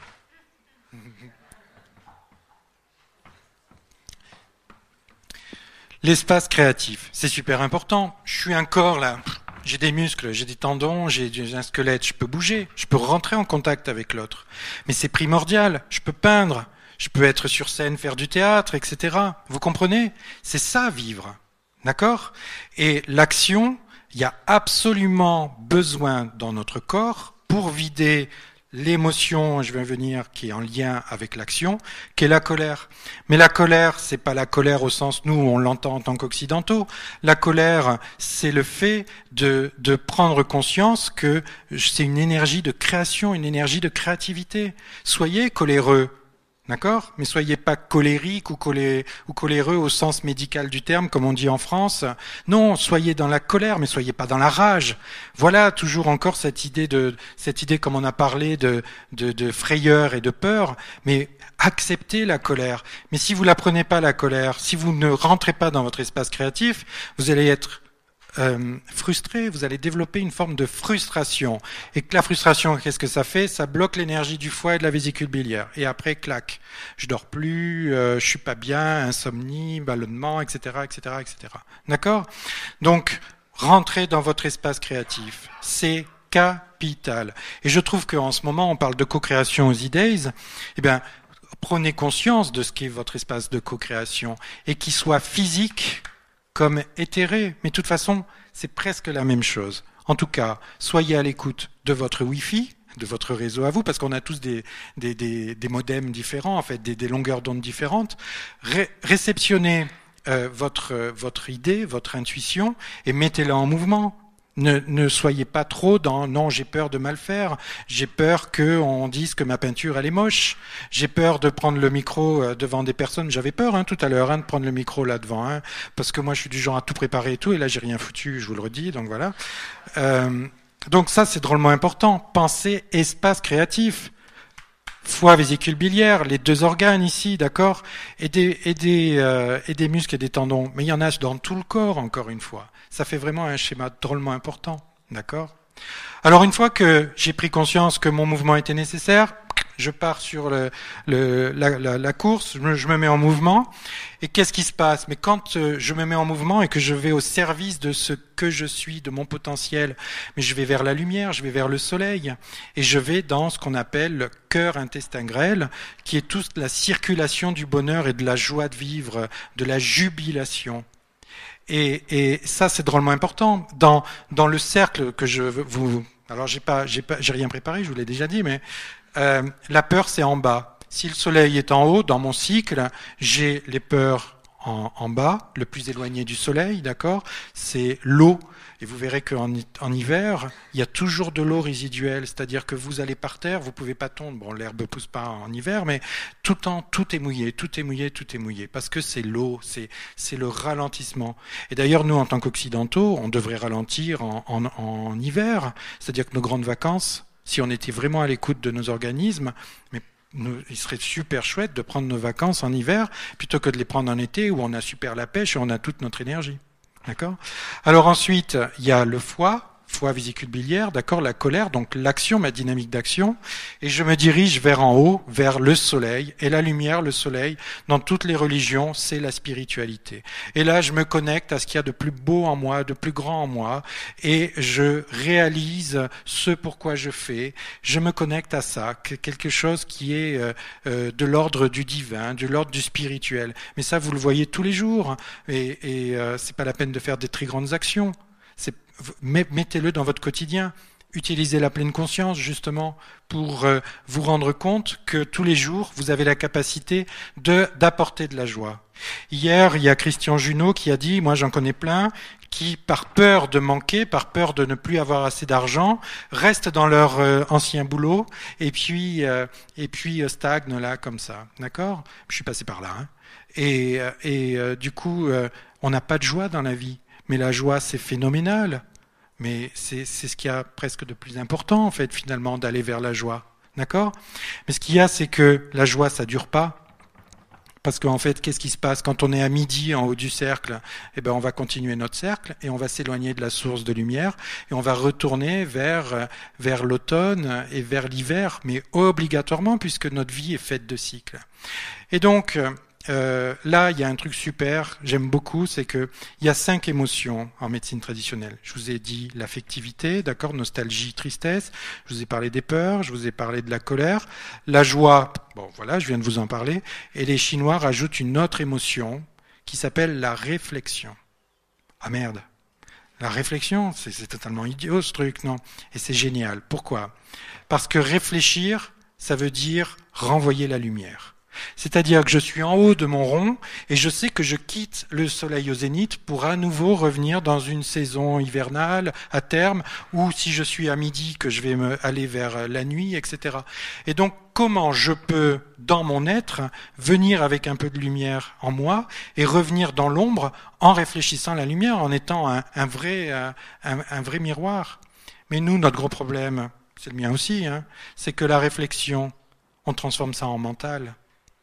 L'espace créatif, c'est super important. Je suis un corps là, j'ai des muscles, j'ai des tendons, j'ai un squelette, je peux bouger, je peux rentrer en contact avec l'autre. Mais c'est primordial, je peux peindre, je peux être sur scène, faire du théâtre, et cetera. Vous comprenez? C'est ça vivre, d'accord? Et l'action, il y a absolument besoin dans notre corps pour vider l'émotion, je vais venir, qui est en lien avec l'action, qui est la colère. Mais la colère, c'est pas la colère au sens nous on l'entend en tant qu'occidentaux. La colère, c'est le fait de, de prendre conscience que c'est une énergie de création, une énergie de créativité. Soyez coléreux. D'accord? Mais soyez pas colérique ou, colé, ou coléreux au sens médical du terme, comme on dit en France. Non, soyez dans la colère, mais soyez pas dans la rage. Voilà toujours encore cette idée de, cette idée, comme on a parlé, de, de, de frayeur et de peur. Mais acceptez la colère. Mais si vous la prenez pas la colère, si vous ne rentrez pas dans votre espace créatif, vous allez être Euh, frustré, vous allez développer une forme de frustration. Et que la frustration, qu'est-ce que ça fait? Ça bloque l'énergie du foie et de la vésicule biliaire. Et après, clac, je dors plus, euh, je suis pas bien, insomnie, ballonnement, et cetera, et cetera, et cetera. D'accord? Donc, rentrez dans votre espace créatif. C'est capital. Et je trouve qu'en ce moment, on parle de co-création aux E-Days. Eh bien, prenez conscience de ce qu'est votre espace de co-création et qu'il soit physique comme éthéré, mais de toute façon, c'est presque la même chose. En tout cas, soyez à l'écoute de votre Wi-Fi, de votre réseau à vous, parce qu'on a tous des, des, des, des modems différents, en fait, des, des longueurs d'onde différentes. Ré réceptionnez euh, votre, votre idée, votre intuition, et mettez-la en mouvement. Ne, ne soyez pas trop dans « non, j'ai peur de mal faire, j'ai peur qu'on dise que ma peinture elle est moche, j'ai peur de prendre le micro devant des personnes ». J'avais peur hein, tout à l'heure hein, de prendre le micro là devant, hein, parce que moi je suis du genre à tout préparer et tout, et là j'ai rien foutu, je vous le redis, donc voilà. Euh, donc ça c'est drôlement important, pensez espace créatif. Foie, vésicule biliaire, les deux organes ici, d'accord, et des, et, des, euh, et des muscles et des tendons. Mais il y en a dans tout le corps, encore une fois. Ça fait vraiment un schéma drôlement important, d'accord? Alors une fois que j'ai pris conscience que mon mouvement était nécessaire, je pars sur le, le, la, la, la course, je me, je me mets en mouvement, et qu'est-ce qui se passe? Mais quand euh, je me mets en mouvement et que je vais au service de ce que je suis, de mon potentiel, mais je vais vers la lumière, je vais vers le soleil, et je vais dans ce qu'on appelle le cœur intestin grêle, qui est toute la circulation du bonheur et de la joie de vivre, de la jubilation. Et, et ça, c'est drôlement important. Dans, dans le cercle que je vous... Alors, j'ai pas, j'ai pas, j'ai rien préparé, je vous l'ai déjà dit, mais euh, la peur, c'est en bas. Si le soleil est en haut, dans mon cycle, j'ai les peurs en, en bas, le plus éloigné du soleil, d'accord? C'est l'eau. Et vous verrez qu'en en hiver, il y a toujours de l'eau résiduelle, c'est-à-dire que vous allez par terre, vous pouvez pas tomber. Bon, l'herbe pousse pas en hiver, mais tout le temps, tout est mouillé, tout est mouillé, tout est mouillé, parce que c'est l'eau, c'est c'est le ralentissement. Et d'ailleurs, nous, en tant qu'occidentaux, on devrait ralentir en, en, en hiver, c'est-à-dire que nos grandes vacances, si on était vraiment à l'écoute de nos organismes, mais nous, il serait super chouette de prendre nos vacances en hiver plutôt que de les prendre en été où on a super la pêche et on a toute notre énergie. D'accord? Alors ensuite, il y a le foie, fois vésicule biliaire, d'accord, la colère, donc l'action, ma dynamique d'action, et je me dirige vers en haut, vers le soleil, et la lumière, le soleil, dans toutes les religions, c'est la spiritualité. Et là, je me connecte à ce qu'il y a de plus beau en moi, de plus grand en moi, et je réalise ce pourquoi je fais, je me connecte à ça, quelque chose qui est euh, euh, de l'ordre du divin, de l'ordre du spirituel. Mais ça, vous le voyez tous les jours, et, et euh, c'est pas la peine de faire des très grandes actions. C'est, mettez-le dans votre quotidien. Utilisez la pleine conscience, justement, pour euh, vous rendre compte que tous les jours, vous avez la capacité de, d'apporter de la joie. Hier, il y a Christian Junot qui a dit, moi j'en connais plein, qui, par peur de manquer, par peur de ne plus avoir assez d'argent, restent dans leur euh, ancien boulot et puis, euh, et puis euh, stagnent là, comme ça. D'accord ? Je suis passé par là. Hein. Et, et euh, du coup, euh, on n'a pas de joie dans la vie. Mais la joie, c'est phénoménal. Mais c'est, c'est ce qu'il y a presque de plus important, en fait, finalement, d'aller vers la joie. D'accord ? Mais ce qu'il y a, c'est que la joie, ça dure pas. Parce qu'en fait, qu'est-ce qui se passe quand on est à midi en haut du cercle? Eh ben, on va continuer notre cercle et on va s'éloigner de la source de lumière et on va retourner vers vers l'automne et vers l'hiver, mais obligatoirement puisque notre vie est faite de cycles. Et donc euh, là, il y a un truc super, j'aime beaucoup, c'est que il y a cinq émotions en médecine traditionnelle. Je vous ai dit l'affectivité, d'accord, nostalgie, tristesse. Je vous ai parlé des peurs, je vous ai parlé de la colère, la joie. Bon, voilà, je viens de vous en parler. Et les Chinois rajoutent une autre émotion qui s'appelle la réflexion. Ah merde, la réflexion, c'est, c'est totalement idiot ce truc, non? Et c'est génial. Pourquoi? Parce que réfléchir, ça veut dire renvoyer la lumière. C'est-à-dire que je suis en haut de mon rond et je sais que je quitte le soleil au zénith pour à nouveau revenir dans une saison hivernale à terme, ou si je suis à midi que je vais me aller vers la nuit, et cetera. Et donc comment je peux, dans mon être, venir avec un peu de lumière en moi et revenir dans l'ombre en réfléchissant la lumière, en étant un, un, vrai, un, un vrai miroir. Mais nous, notre gros problème, c'est le mien aussi, hein, c'est que la réflexion, on transforme ça en mental.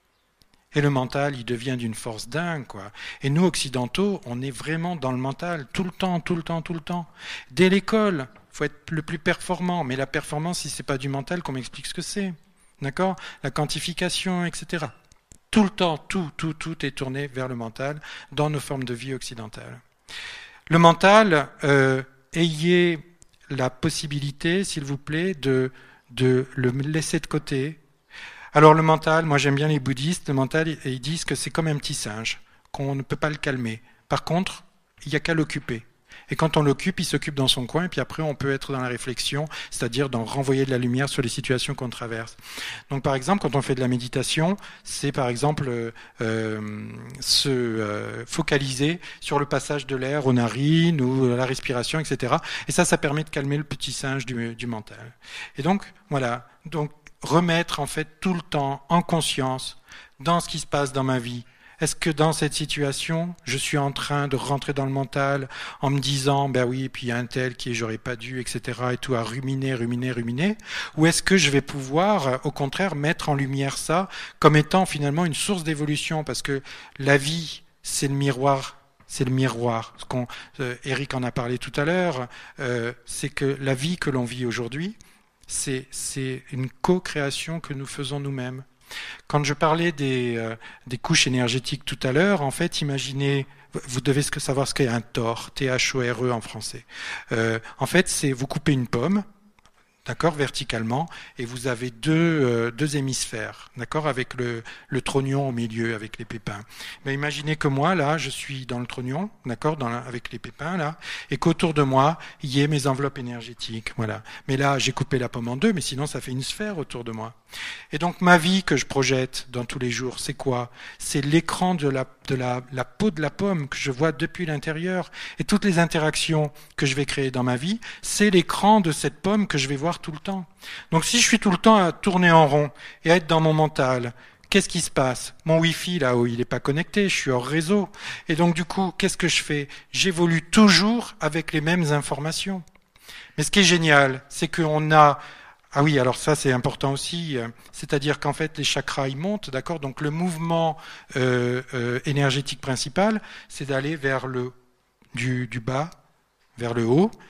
Et le mental, il devient d'une force dingue, quoi. Et nous, occidentaux, on est vraiment dans le mental, tout le temps, tout le temps, tout le temps. Dès l'école, il faut être le plus performant. Mais la performance, si c'est pas du mental, qu'on m'explique ce que c'est. D'accord ? La quantification, et cetera. Tout le temps, tout, tout, tout est tourné vers le mental dans nos formes de vie occidentales. Le mental, euh, ayez la possibilité, s'il vous plaît, de, de le laisser de côté. Alors le mental, moi j'aime bien les bouddhistes, le mental, ils disent que c'est comme un petit singe, qu'on ne peut pas le calmer. Par contre, il n'y a qu'à l'occuper. Et quand on l'occupe, il s'occupe dans son coin, et puis après on peut être dans la réflexion, c'est-à-dire dans renvoyer de la lumière sur les situations qu'on traverse. Donc par exemple, quand on fait de la méditation, c'est par exemple euh, se euh, focaliser sur le passage de l'air aux narines ou la respiration, et cetera. Et ça, ça permet de calmer le petit singe du, du mental. Et donc, voilà. Donc, remettre en fait tout le temps en conscience dans ce qui se passe dans ma vie. Est-ce que dans cette situation, je suis en train de rentrer dans le mental en me disant, ben oui, puis il y a un tel qui j'aurais pas dû, et cetera et tout, à ruminer, ruminer, ruminer, ou est-ce que je vais pouvoir, au contraire, mettre en lumière ça comme étant finalement une source d'évolution, parce que la vie, c'est le miroir. C'est le miroir. Ce qu'on, euh, Eric en a parlé tout à l'heure, euh, c'est que la vie que l'on vit aujourd'hui, C'est, c'est une co-création que nous faisons nous-mêmes. Quand je parlais des, euh, des couches énergétiques tout à l'heure, en fait, imaginez, vous devez savoir ce qu'est un tore, T H O R E en français. Euh, en fait, c'est vous coupez une pomme, d'accord, verticalement, et vous avez deux, euh, deux hémisphères, d'accord, avec le, le trognon au milieu, avec les pépins. Mais imaginez que moi, là, je suis dans le trognon, d'accord, dans la, avec les pépins, là, et qu'autour de moi, il y ait mes enveloppes énergétiques, voilà. Mais là, j'ai coupé la pomme en deux, mais sinon, ça fait une sphère autour de moi. Et donc, ma vie que je projette dans tous les jours, c'est quoi? C'est l'écran de la, de la, la peau de la pomme que je vois depuis l'intérieur. Et toutes les interactions que je vais créer dans ma vie, c'est l'écran de cette pomme que je vais voir tout le temps. Donc si je suis tout le temps à tourner en rond et à être dans mon mental, qu'est-ce qui se passe? Mon Wi-Fi, là où il n'est pas connecté, je suis hors réseau. Et donc du coup, qu'est-ce que je fais? J'évolue toujours avec les mêmes informations. Mais ce qui est génial, c'est qu'on a... Ah oui, alors ça c'est important aussi, c'est-à-dire qu'en fait les chakras ils montent, d'accord? Donc le mouvement euh, euh, énergétique principal, c'est d'aller vers le du, du bas vers le haut.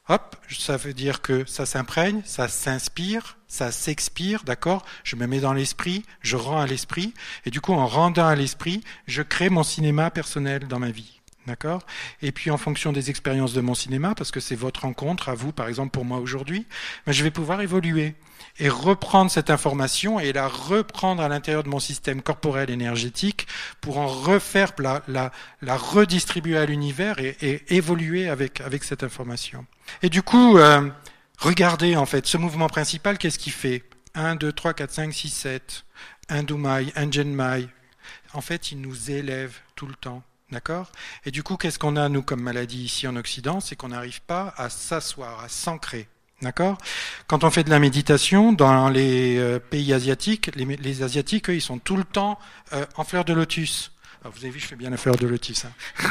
Hop, ça veut dire que ça s'imprègne, ça s'inspire, ça s'expire, d'accord? Je me mets dans l'esprit, je rends à l'esprit, et du coup, en rendant à l'esprit, je crée mon cinéma personnel dans ma vie. D'accord? Et puis en fonction des expériences de mon cinéma, parce que c'est votre rencontre à vous, par exemple pour moi aujourd'hui, ben, je vais pouvoir évoluer et reprendre cette information et la reprendre à l'intérieur de mon système corporel énergétique pour en refaire la, la, la redistribuer à l'univers et, et évoluer avec, avec cette information. Et du coup, euh, regardez en fait, ce mouvement principal, qu'est-ce qu'il fait? un, deux, trois, quatre, cinq, six, sept, un Dumai, un Genmai. En fait, il nous élève tout le temps. D'accord? Et du coup, qu'est-ce qu'on a, nous, comme maladie ici en Occident? C'est qu'on n'arrive pas à s'asseoir, à s'ancrer. D'accord? Quand on fait de la méditation, dans les euh, pays asiatiques, les, les Asiatiques, eux, ils sont tout le temps euh, en fleur de lotus. Alors, vous avez vu, je fais bien la fleur de lotus. Hein.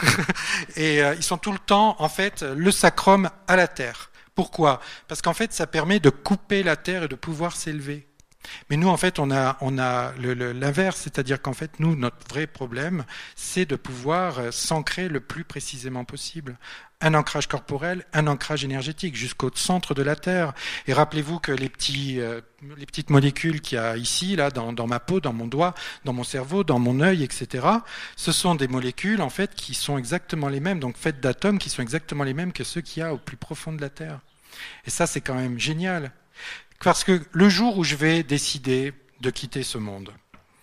Et euh, ils sont tout le temps, en fait, le sacrum à la terre. Pourquoi? Parce qu'en fait, ça permet de couper la terre et de pouvoir s'élever. Mais nous, en fait, on a, on a le, le, l'inverse, c'est-à-dire qu'en fait, nous, notre vrai problème, c'est de pouvoir s'ancrer le plus précisément possible. Un ancrage corporel, un ancrage énergétique, jusqu'au centre de la Terre. Et rappelez-vous que les, petits, euh, les petites molécules qu'il y a ici, là, dans, dans ma peau, dans mon doigt, dans mon cerveau, dans mon œil, et cetera, ce sont des molécules, en fait, qui sont exactement les mêmes, donc faites d'atomes qui sont exactement les mêmes que ceux qu'il y a au plus profond de la Terre. Et ça, c'est quand même génial. Parce que le jour où je vais décider de quitter ce monde,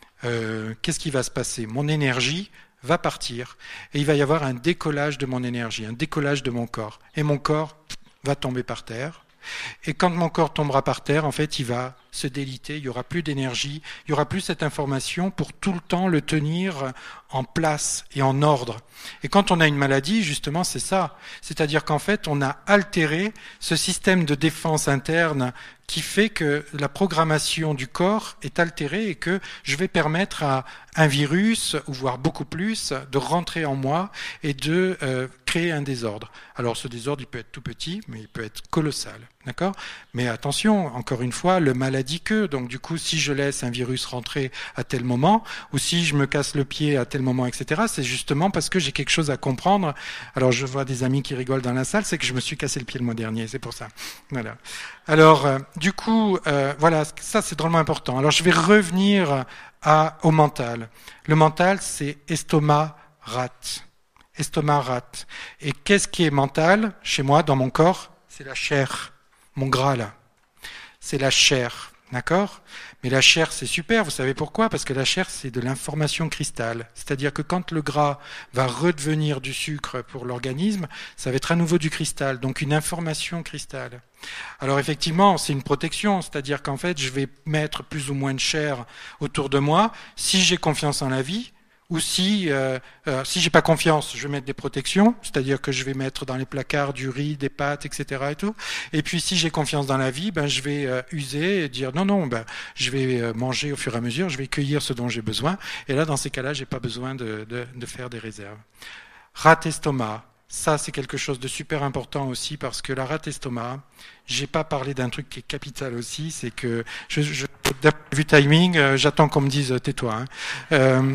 euh, qu'est-ce qui va se passer? Mon énergie va partir et il va y avoir un décollage de mon énergie, un décollage de mon corps. Et mon corps va tomber par terre. Et quand mon corps tombera par terre, en fait, il va se déliter, il n'y aura plus d'énergie, il n'y aura plus cette information pour tout le temps le tenir en place et en ordre. Et quand on a une maladie, justement, c'est ça. C'est-à-dire qu'en fait, on a altéré ce système de défense interne qui fait que la programmation du corps est altérée et que je vais permettre à un virus, ou voire beaucoup plus, de rentrer en moi et de euh, créer un désordre. Alors ce désordre, il peut être tout petit, mais il peut être colossal. D'accord? Mais attention, encore une fois, le mal a dit que, donc du coup, si je laisse un virus rentrer à tel moment, ou si je me casse le pied à tel moment, et cetera, c'est justement parce que j'ai quelque chose à comprendre. Alors je vois des amis qui rigolent dans la salle, c'est que je me suis cassé le pied le mois dernier, c'est pour ça. Voilà. Alors, euh, du coup, euh, voilà, ça c'est drôlement important. Alors je vais revenir à, au mental. Le mental, c'est estomac, rate. Estomac, rate. Et qu'est-ce qui est mental chez moi, dans mon corps? C'est la chair. Mon gras là, c'est la chair, d'accord? Mais la chair c'est super, vous savez pourquoi? Parce que la chair c'est de l'information cristal, c'est-à-dire que quand le gras va redevenir du sucre pour l'organisme, ça va être à nouveau du cristal, donc une information cristal. Alors effectivement c'est une protection, c'est-à-dire qu'en fait je vais mettre plus ou moins de chair autour de moi, si j'ai confiance en la vie, ou si euh, euh, si j'ai pas confiance, je vais mettre des protections, c'est-à-dire que je vais mettre dans les placards du riz, des pâtes, et cetera et tout. Et puis si j'ai confiance dans la vie, ben je vais euh, user et dire non non, ben je vais euh, manger au fur et à mesure, je vais cueillir ce dont j'ai besoin. Et là dans ces cas-là, j'ai pas besoin de, de, de faire des réserves. Rate estomac. Ça, c'est quelque chose de super important aussi parce que la rate estomac, j'ai pas parlé d'un truc qui est capital aussi, c'est que je, je d'un point de vue timing, euh, j'attends qu'on me dise tais-toi. Hein. Euh,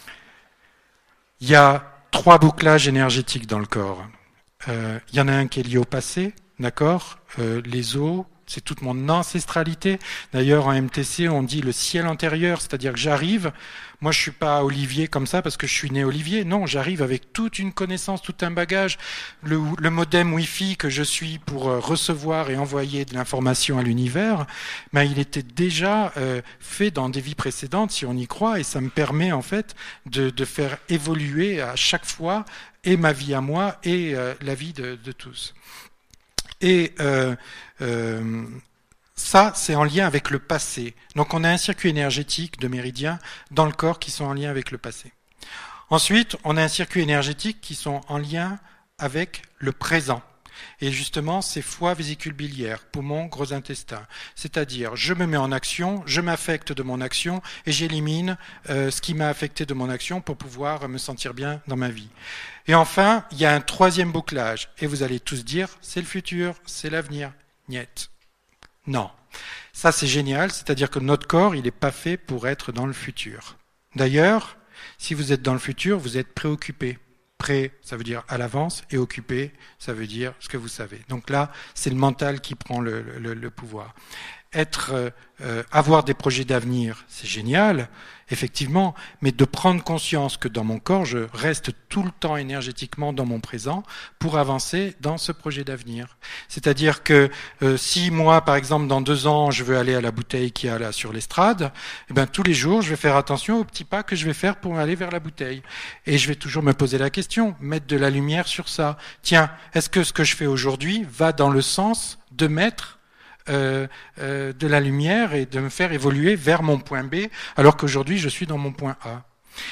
Il y a trois bouclages énergétiques dans le corps. Euh, il y en a un qui est lié au passé, d'accord? euh, Les os, c'est toute mon ancestralité. D'ailleurs, en M T C, on dit le ciel antérieur, c'est-à-dire que j'arrive. Moi, je suis pas Olivier comme ça parce que je suis né Olivier. Non, j'arrive avec toute une connaissance, tout un bagage. Le, le modem Wi-Fi que je suis pour recevoir et envoyer de l'information à l'univers, ben, il était déjà euh, fait dans des vies précédentes, si on y croit, et ça me permet en fait de, de faire évoluer à chaque fois et ma vie à moi et euh, la vie de, de tous. Et euh, euh, ça, c'est en lien avec le passé. Donc on a un circuit énergétique de méridiens dans le corps qui sont en lien avec le passé. Ensuite, on a un circuit énergétique qui sont en lien avec le présent. Et justement, c'est foie, vésicule biliaire, poumon, gros intestin. C'est-à-dire, je me mets en action, je m'affecte de mon action et j'élimine euh, ce qui m'a affecté de mon action pour pouvoir me sentir bien dans ma vie. Et enfin, il y a un troisième bouclage. Et vous allez tous dire, c'est le futur, c'est l'avenir. Niet. Non. Ça, c'est génial, c'est-à-dire que notre corps, il n'est pas fait pour être dans le futur. D'ailleurs, si vous êtes dans le futur, vous êtes préoccupé prêt, ça veut dire à l'avance, et occupé, ça veut dire ce que vous savez. Donc là, c'est le mental qui prend le, le, le pouvoir. Être, euh, avoir des projets d'avenir, c'est génial, effectivement, mais de prendre conscience que dans mon corps, je reste tout le temps énergétiquement dans mon présent pour avancer dans ce projet d'avenir. C'est-à-dire que euh, si moi, par exemple, dans deux ans, je veux aller à la bouteille qui est là sur l'estrade, eh ben, tous les jours, je vais faire attention aux petits pas que je vais faire pour aller vers la bouteille. Et je vais toujours me poser la question, mettre de la lumière sur ça. Tiens, est-ce que ce que je fais aujourd'hui va dans le sens de mettre Euh, euh, de la lumière et de me faire évoluer vers mon point B, alors qu'aujourd'hui je suis dans mon point A.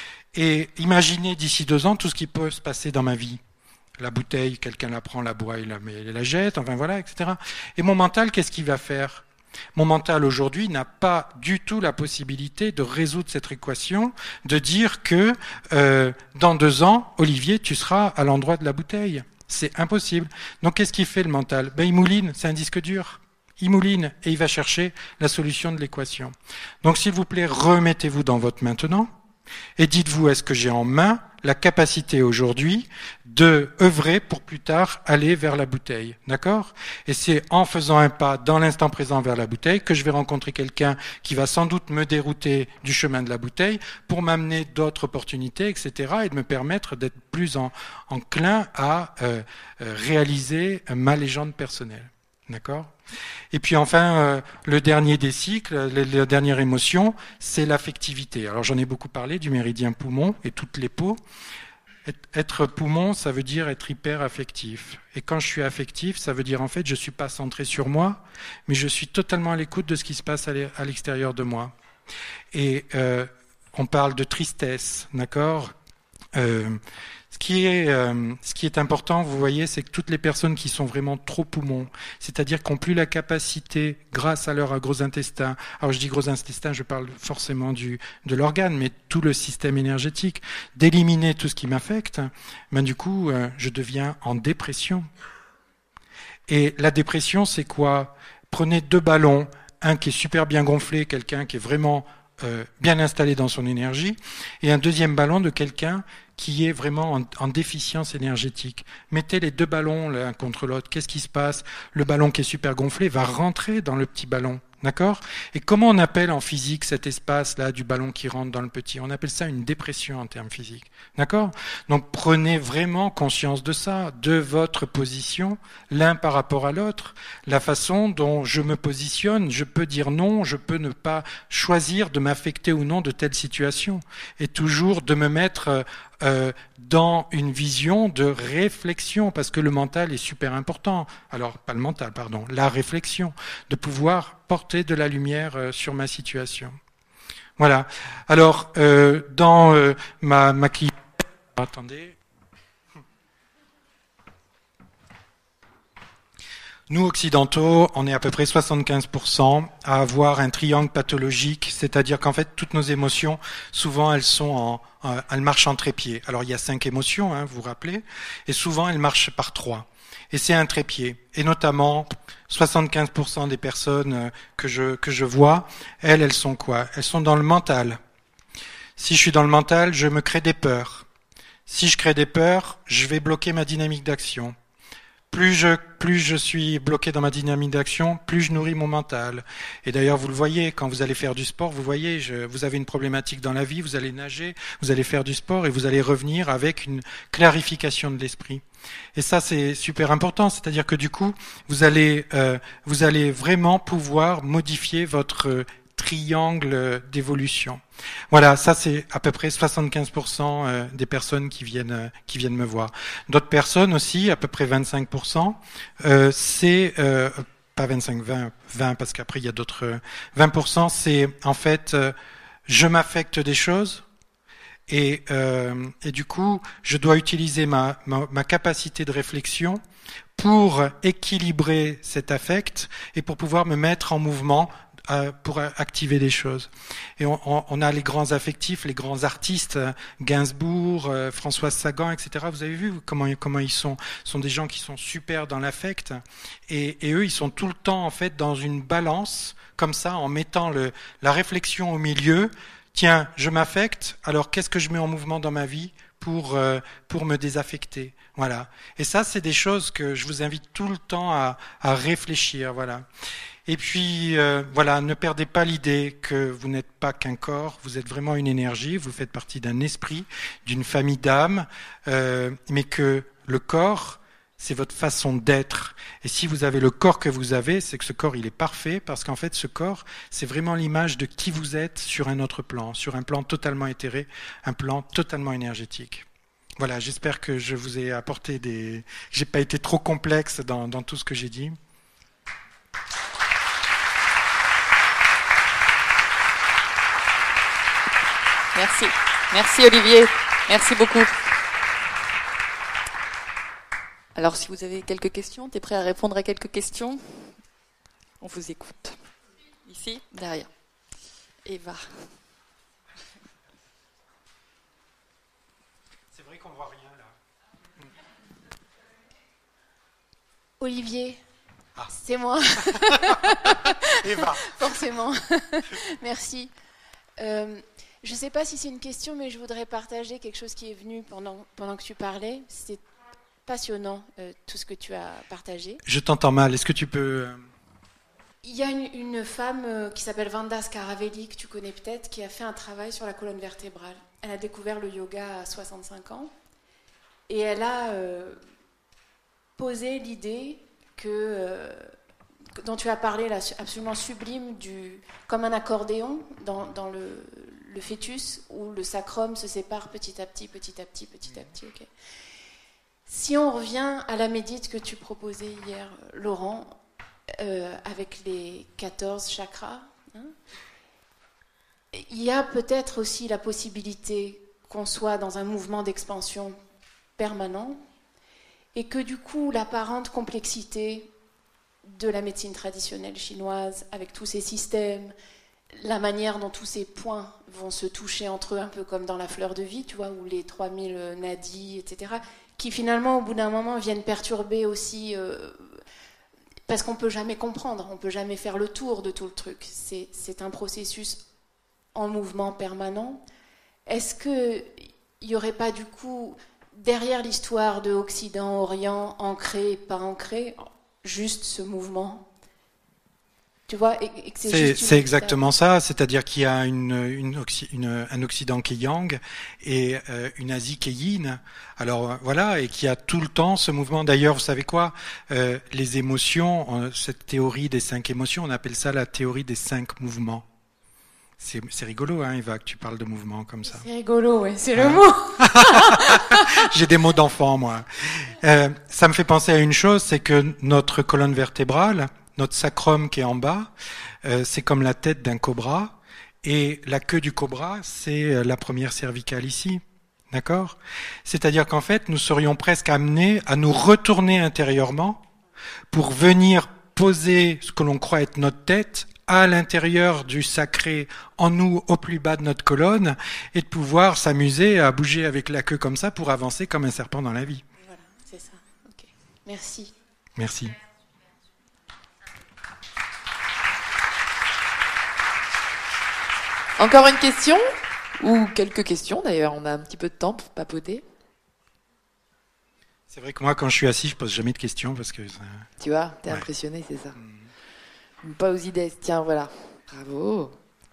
Et imaginez d'ici deux ans tout ce qui peut se passer dans ma vie. La bouteille, quelqu'un la prend, la boit, il la, met, il la jette, enfin voilà, et cetera. Et mon mental, qu'est-ce qu'il va faire ? Mon mental aujourd'hui n'a pas du tout la possibilité de résoudre cette équation, de dire que euh, dans deux ans, Olivier, tu seras à l'endroit de la bouteille. C'est impossible. Donc qu'est-ce qu'il fait le mental ? Ben, il mouline, c'est un disque dur. Il mouline et il va chercher la solution de l'équation. Donc s'il vous plaît, remettez-vous dans votre maintenant et dites-vous, est-ce que j'ai en main la capacité aujourd'hui de œuvrer pour plus tard aller vers la bouteille, d'accord ? Et c'est en faisant un pas dans l'instant présent vers la bouteille que je vais rencontrer quelqu'un qui va sans doute me dérouter du chemin de la bouteille pour m'amener d'autres opportunités, et cetera, et de me permettre d'être plus en, enclin à euh, réaliser ma légende personnelle. D'accord ? Et puis enfin, euh, le dernier des cycles, la, la dernière émotion, c'est l'affectivité. Alors j'en ai beaucoup parlé du méridien poumon et toutes les peaux. Être poumon, ça veut dire être hyper affectif. Et quand je suis affectif, ça veut dire en fait, je ne suis pas centré sur moi, mais je suis totalement à l'écoute de ce qui se passe à l'extérieur de moi. Et euh, on parle de tristesse, d'accord ? euh, Ce qui est, euh, ce qui est important, vous voyez, c'est que toutes les personnes qui sont vraiment trop poumons, c'est-à-dire qui n'ont plus la capacité, grâce à leur gros intestin, alors je dis gros intestin, je parle forcément du, de l'organe, mais tout le système énergétique, d'éliminer tout ce qui m'affecte, ben du coup, euh, je deviens en dépression. Et la dépression, c'est quoi ? Prenez deux ballons, un qui est super bien gonflé, quelqu'un qui est vraiment euh, bien installé dans son énergie, et un deuxième ballon de quelqu'un qui est vraiment en, en déficience énergétique. Mettez les deux ballons l'un contre l'autre, qu'est-ce qui se passe ? Le ballon qui est super gonflé va rentrer dans le petit ballon, d'accord ? Et comment on appelle en physique cet espace-là du ballon qui rentre dans le petit ? On appelle ça une dépression en termes physiques, d'accord ? Donc prenez vraiment conscience de ça, de votre position, l'un par rapport à l'autre, la façon dont je me positionne, je peux dire non, je peux ne pas choisir de m'affecter ou non de telle situation, et toujours de me mettre Euh, dans une vision de réflexion, parce que le mental est super important. Alors, pas le mental, pardon, la réflexion, de pouvoir porter de la lumière euh, sur ma situation. Voilà. Alors, euh, dans euh, ma, ma clientèle... Attendez... Nous, occidentaux, on est à peu près soixante-quinze pour cent à avoir un triangle pathologique, c'est-à-dire qu'en fait, toutes nos émotions, souvent, elles sont en, en elles marchent en trépied. Alors, il y a cinq émotions, hein, vous vous rappelez, et souvent, elles marchent par trois. Et c'est un trépied. Et notamment, soixante-quinze pour cent des personnes que je, que je vois, elles, elles sont quoi ? Elles sont dans le mental. Si je suis dans le mental, je me crée des peurs. Si je crée des peurs, je vais bloquer ma dynamique d'action. Plus je, plus je suis bloqué dans ma dynamique d'action, plus je nourris mon mental. Et d'ailleurs, vous le voyez, quand vous allez faire du sport, vous voyez, je, vous avez une problématique dans la vie, vous allez nager, vous allez faire du sport et vous allez revenir avec une clarification de l'esprit. Et ça, c'est super important, c'est-à-dire que du coup, vous allez, euh, vous allez vraiment pouvoir modifier votre triangle d'évolution. Voilà, ça c'est à peu près soixante-quinze pour cent des personnes qui viennent qui viennent me voir. D'autres personnes aussi, à peu près vingt-cinq pour cent, euh, c'est euh, pas vingt-cinq, vingt, vingt parce qu'après il y a d'autres vingt pour cent, c'est en fait euh, je m'affecte des choses et euh, et du coup, je dois utiliser ma ma, ma capacité de réflexion pour équilibrer cet affect et pour pouvoir me mettre en mouvement pour activer des choses. Et on, on a les grands affectifs, les grands artistes, Gainsbourg, Françoise Sagan, et cetera. Vous avez vu comment, comment ils sont, sont des gens qui sont super dans l'affect. Et, et eux, ils sont tout le temps en fait dans une balance, comme ça, en mettant le, la réflexion au milieu. Tiens, je m'affecte, alors qu'est-ce que je mets en mouvement dans ma vie pour euh, pour me désaffecter. Voilà. Et ça, c'est des choses que je vous invite tout le temps à, à réfléchir. Voilà. Et puis, euh, voilà, ne perdez pas l'idée que vous n'êtes pas qu'un corps, vous êtes vraiment une énergie, vous faites partie d'un esprit, d'une famille d'âmes, euh, mais que le corps, c'est votre façon d'être. Et si vous avez le corps que vous avez, c'est que ce corps, il est parfait, parce qu'en fait, ce corps, c'est vraiment l'image de qui vous êtes sur un autre plan, sur un plan totalement éthéré, un plan totalement énergétique. Voilà, j'espère que je vous ai apporté des... J'ai pas été trop complexe dans, dans tout ce que j'ai dit. Merci. Merci Olivier. Merci beaucoup. Alors si vous avez quelques questions, tu es prêt à répondre à quelques questions? On vous écoute. Ici, derrière. Eva. C'est vrai qu'on voit rien là. Olivier. Ah. C'est moi. Eva. Forcément. Merci. Euh, je ne sais pas si c'est une question, mais je voudrais partager quelque chose qui est venu pendant, pendant que tu parlais. C'était passionnant, euh, tout ce que tu as partagé. Je t'entends mal, est-ce que tu peux... Il y a une, une femme euh, qui s'appelle Vanda Scaravelli, que tu connais peut-être, qui a fait un travail sur la colonne vertébrale. Elle a découvert le yoga à soixante-cinq ans. Et elle a euh, posé l'idée que... Euh, dont tu as parlé, là, absolument sublime, du, comme un accordéon dans, dans le, le fœtus, où le sacrum se sépare petit à petit, petit à petit, petit à petit. Okay. Si on revient à la médite que tu proposais hier, Laurent, euh, avec les quatorze chakras, hein, il y a peut-être aussi la possibilité qu'on soit dans un mouvement d'expansion permanent, et que du coup, l'apparente complexité de la médecine traditionnelle chinoise, avec tous ces systèmes, la manière dont tous ces points vont se toucher entre eux, un peu comme dans la fleur de vie, tu vois, où les trois mille nadis, et cetera, qui finalement, au bout d'un moment, viennent perturber aussi, euh, parce qu'on ne peut jamais comprendre, on ne peut jamais faire le tour de tout le truc. C'est, c'est un processus en mouvement permanent. Est-ce qu'il n'y aurait pas du coup, derrière l'histoire de Occident-Orient, ancré, pas ancré, juste ce mouvement, tu vois, et, et que c'est, c'est, juste c'est exactement ça, c'est-à-dire qu'il y a une, une, une, un Occident qui est Yang et euh, une Asie qui est Yin. Alors voilà, et qui a tout le temps ce mouvement. D'ailleurs, vous savez quoi, euh, les émotions, euh, cette théorie des cinq émotions, on appelle ça la théorie des cinq mouvements. C'est, c'est rigolo, hein, Eva, que tu parles de mouvements comme ça. C'est rigolo, oui, c'est hein? le mot. J'ai des mots d'enfant, moi. Euh, ça me fait penser à une chose, c'est que notre colonne vertébrale, notre sacrum qui est en bas, euh, c'est comme la tête d'un cobra, et la queue du cobra, c'est la première cervicale ici. D'accord ? C'est-à-dire qu'en fait, nous serions presque amenés à nous retourner intérieurement pour venir poser ce que l'on croit être notre tête à l'intérieur du sacré, en nous, au plus bas de notre colonne, et de pouvoir s'amuser à bouger avec la queue comme ça pour avancer comme un serpent dans la vie. Voilà, c'est ça. Ok. Merci. Merci. Encore une question? Ou quelques questions d'ailleurs, on a un petit peu de temps pour papoter. C'est vrai que moi, quand je suis assis, je pose jamais de questions parce que... Ça... Tu vois, t'es ouais. impressionné, c'est ça. Mmh. Pas aux idées, tiens, voilà. Bravo.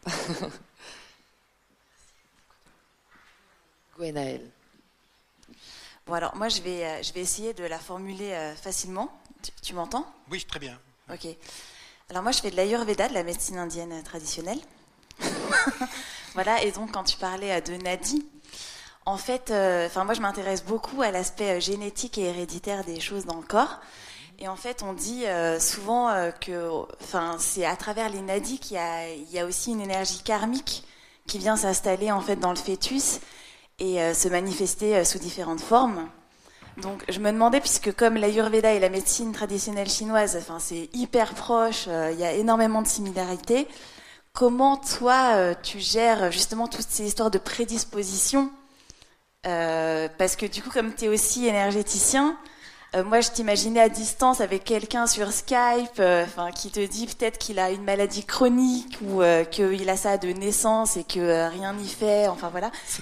Gwenaëlle. Bon alors moi je vais, euh, je vais essayer de la formuler euh, facilement. Tu, tu m'entends ? Oui, très bien. Ok. Alors moi je fais de l'Ayurveda, de la médecine indienne traditionnelle. Voilà, et donc quand tu parlais de Nadi, en fait, euh, moi je m'intéresse beaucoup à l'aspect génétique et héréditaire des choses dans le corps. Et en fait, on dit euh, souvent euh, que, enfin, c'est à travers les nadis qu'il y a, il y a aussi une énergie karmique qui vient s'installer en fait dans le fœtus et euh, se manifester euh, sous différentes formes. Donc, je me demandais, puisque comme l'Ayurveda et la médecine traditionnelle chinoise, enfin, c'est hyper proche, euh, il y a énormément de similarités. Comment toi, euh, tu gères justement toutes ces histoires de prédisposition euh, parce que du coup, comme tu es aussi énergéticien. Euh, moi, je t'imaginais à distance avec quelqu'un sur Skype, euh, enfin, qui te dit peut-être qu'il a une maladie chronique ou euh, qu'il a ça de naissance et que euh, rien n'y fait. Enfin voilà.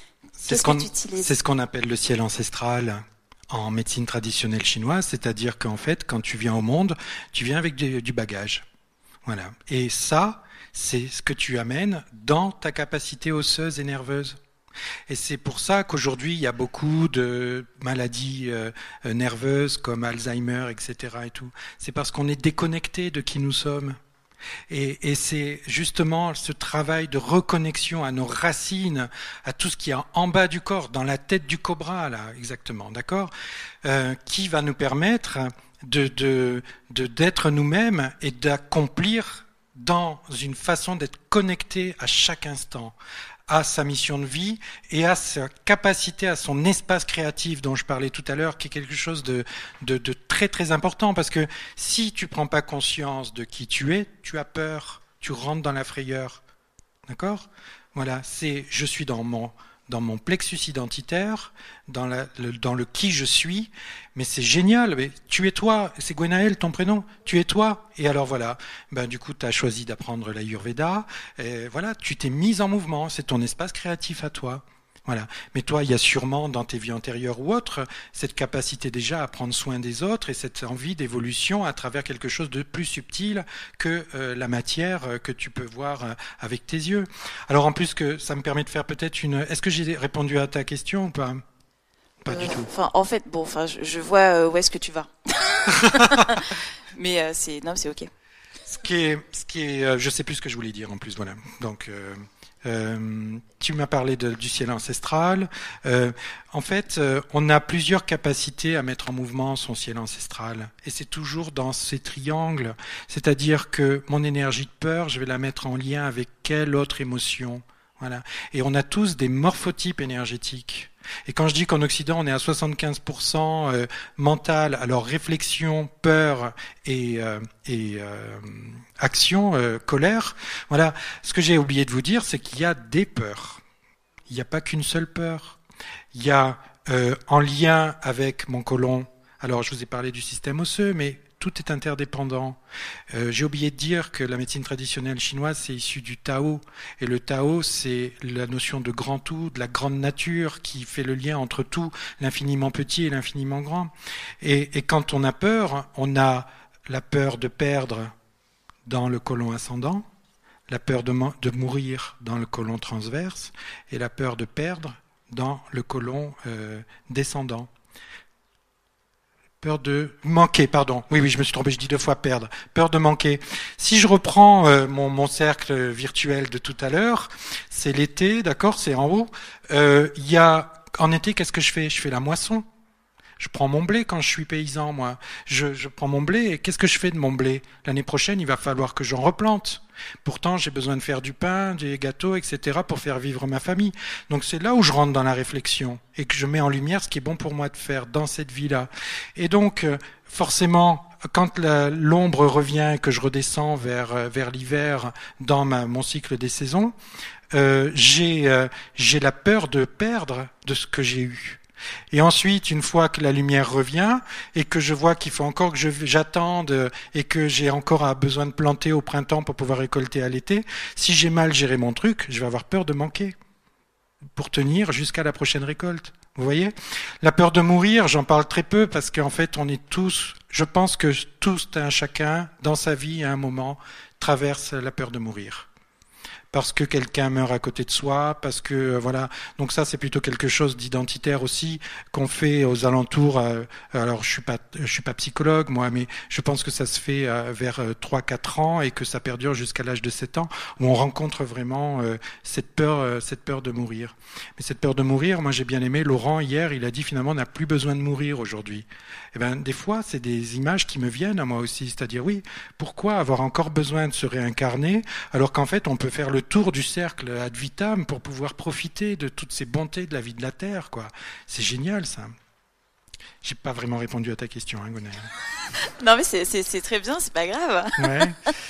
C'est ce qu'on, c'est ce qu'on appelle le ciel ancestral en médecine traditionnelle chinoise, c'est-à-dire qu'en fait, quand tu viens au monde, tu viens avec du, du bagage. Voilà. Et ça, c'est ce que tu amènes dans ta capacité osseuse et nerveuse. Et c'est pour ça qu'aujourd'hui, il y a beaucoup de maladies euh, nerveuses comme Alzheimer, et cetera et tout. C'est parce qu'on est déconnecté de qui nous sommes. Et, et c'est justement ce travail de reconnexion à nos racines, à tout ce qui est en bas du corps, dans la tête du cobra, là, exactement, d'accord, euh, qui va nous permettre de, de, de, d'être nous-mêmes et d'accomplir dans une façon d'être connecté à chaque instant, à sa mission de vie et à sa capacité, à son espace créatif dont je parlais tout à l'heure, qui est quelque chose de, de, de très très important, parce que si tu prends pas conscience de qui tu es, tu as peur, tu rentres dans la frayeur, d'accord ? Voilà, c'est je suis dans mon dans mon plexus identitaire, dans, la, le, dans le qui je suis, mais c'est génial, mais tu es toi, c'est Gwenaël ton prénom, tu es toi, et alors voilà, ben du coup tu as choisi d'apprendre l'Ayurveda, et voilà, tu t'es mise en mouvement, c'est ton espace créatif à toi. Voilà. Mais toi, il y a sûrement dans tes vies antérieures ou autres cette capacité déjà à prendre soin des autres et cette envie d'évolution à travers quelque chose de plus subtil que euh, la matière euh, que tu peux voir euh, avec tes yeux. Alors en plus que ça me permet de faire peut-être une... Est-ce que j'ai répondu à ta question ou pas ? Pas euh, du tout. Enfin, en fait, bon, enfin, je, je vois euh, où est-ce que tu vas. Mais euh, c'est non, c'est ok. Ce qui est, ce qui est, euh, je sais plus ce que je voulais dire en plus. Voilà. Donc. Euh... Euh, tu m'as parlé de, du ciel ancestral. Euh, en fait, euh, on a plusieurs capacités à mettre en mouvement son ciel ancestral. Et c'est toujours dans ces triangles. C'est-à-dire que mon énergie de peur, je vais la mettre en lien avec quelle autre émotion. Voilà. Et on a tous des morphotypes énergétiques. Et quand je dis qu'en Occident, on est à soixante-quinze pour cent euh, mental, alors réflexion, peur et, euh, et euh, action, euh, colère, voilà. Ce que j'ai oublié de vous dire, c'est qu'il y a des peurs. Il n'y a pas qu'une seule peur. Il y a, euh, en lien avec mon côlon, alors je vous ai parlé du système osseux, mais tout est interdépendant. Euh, j'ai oublié de dire que la médecine traditionnelle chinoise, c'est issu du Tao. Et le Tao, c'est la notion de grand tout, de la grande nature, qui fait le lien entre tout, l'infiniment petit et l'infiniment grand. Et, et quand on a peur, on a la peur de perdre dans le côlon ascendant, la peur de, de mourir dans le côlon transverse, et la peur de perdre dans le côlon euh, descendant. Peur de manquer, pardon. Oui, oui, je me suis trompé, je dis deux fois perdre. Peur de manquer. Si je reprends euh, mon, mon cercle virtuel de tout à l'heure, c'est l'été, d'accord, c'est en haut. Euh, il y a, en été, qu'est-ce que je fais ? Je fais la moisson. Je prends mon blé quand je suis paysan, moi. Je, je prends mon blé et qu'est-ce que je fais de mon blé ? L'année prochaine, il va falloir que j'en replante. Pourtant, j'ai besoin de faire du pain, des gâteaux, et cetera pour faire vivre ma famille. Donc c'est là où je rentre dans la réflexion et que je mets en lumière ce qui est bon pour moi de faire dans cette vie-là. Et donc, forcément, quand la, l'ombre revient et que je redescends vers, vers l'hiver dans ma, mon cycle des saisons, euh, j'ai, euh, j'ai la peur de perdre de ce que j'ai eu. Et ensuite, une fois que la lumière revient et que je vois qu'il faut encore que je, j'attende et que j'ai encore besoin de planter au printemps pour pouvoir récolter à l'été, si j'ai mal géré mon truc, je vais avoir peur de manquer pour tenir jusqu'à la prochaine récolte. Vous voyez ? La peur de mourir, j'en parle très peu parce qu'en fait, on est tous, je pense que tous, un chacun, dans sa vie, à un moment, traverse la peur de mourir. Parce que quelqu'un meurt à côté de soi, parce que euh, voilà. Donc ça, c'est plutôt quelque chose d'identitaire aussi qu'on fait aux alentours. Euh, alors, je suis pas, je suis pas psychologue moi, mais je pense que ça se fait euh, vers trois quatre ans et que ça perdure jusqu'à l'âge de sept ans, où on rencontre vraiment euh, cette peur, euh, cette peur de mourir. Mais cette peur de mourir, moi, j'ai bien aimé. Laurent hier, il a dit finalement, on n'a plus besoin de mourir aujourd'hui. Eh ben, des fois, c'est des images qui me viennent à moi aussi, c'est-à-dire oui, pourquoi avoir encore besoin de se réincarner alors qu'en fait, on peut faire le tour du cercle ad vitam pour pouvoir profiter de toutes ces bontés de la vie de la Terre, quoi. C'est génial, ça. J'ai pas vraiment répondu à ta question, hein, Gwenaël. Non, mais c'est, c'est, c'est très bien, c'est pas grave. Ouais.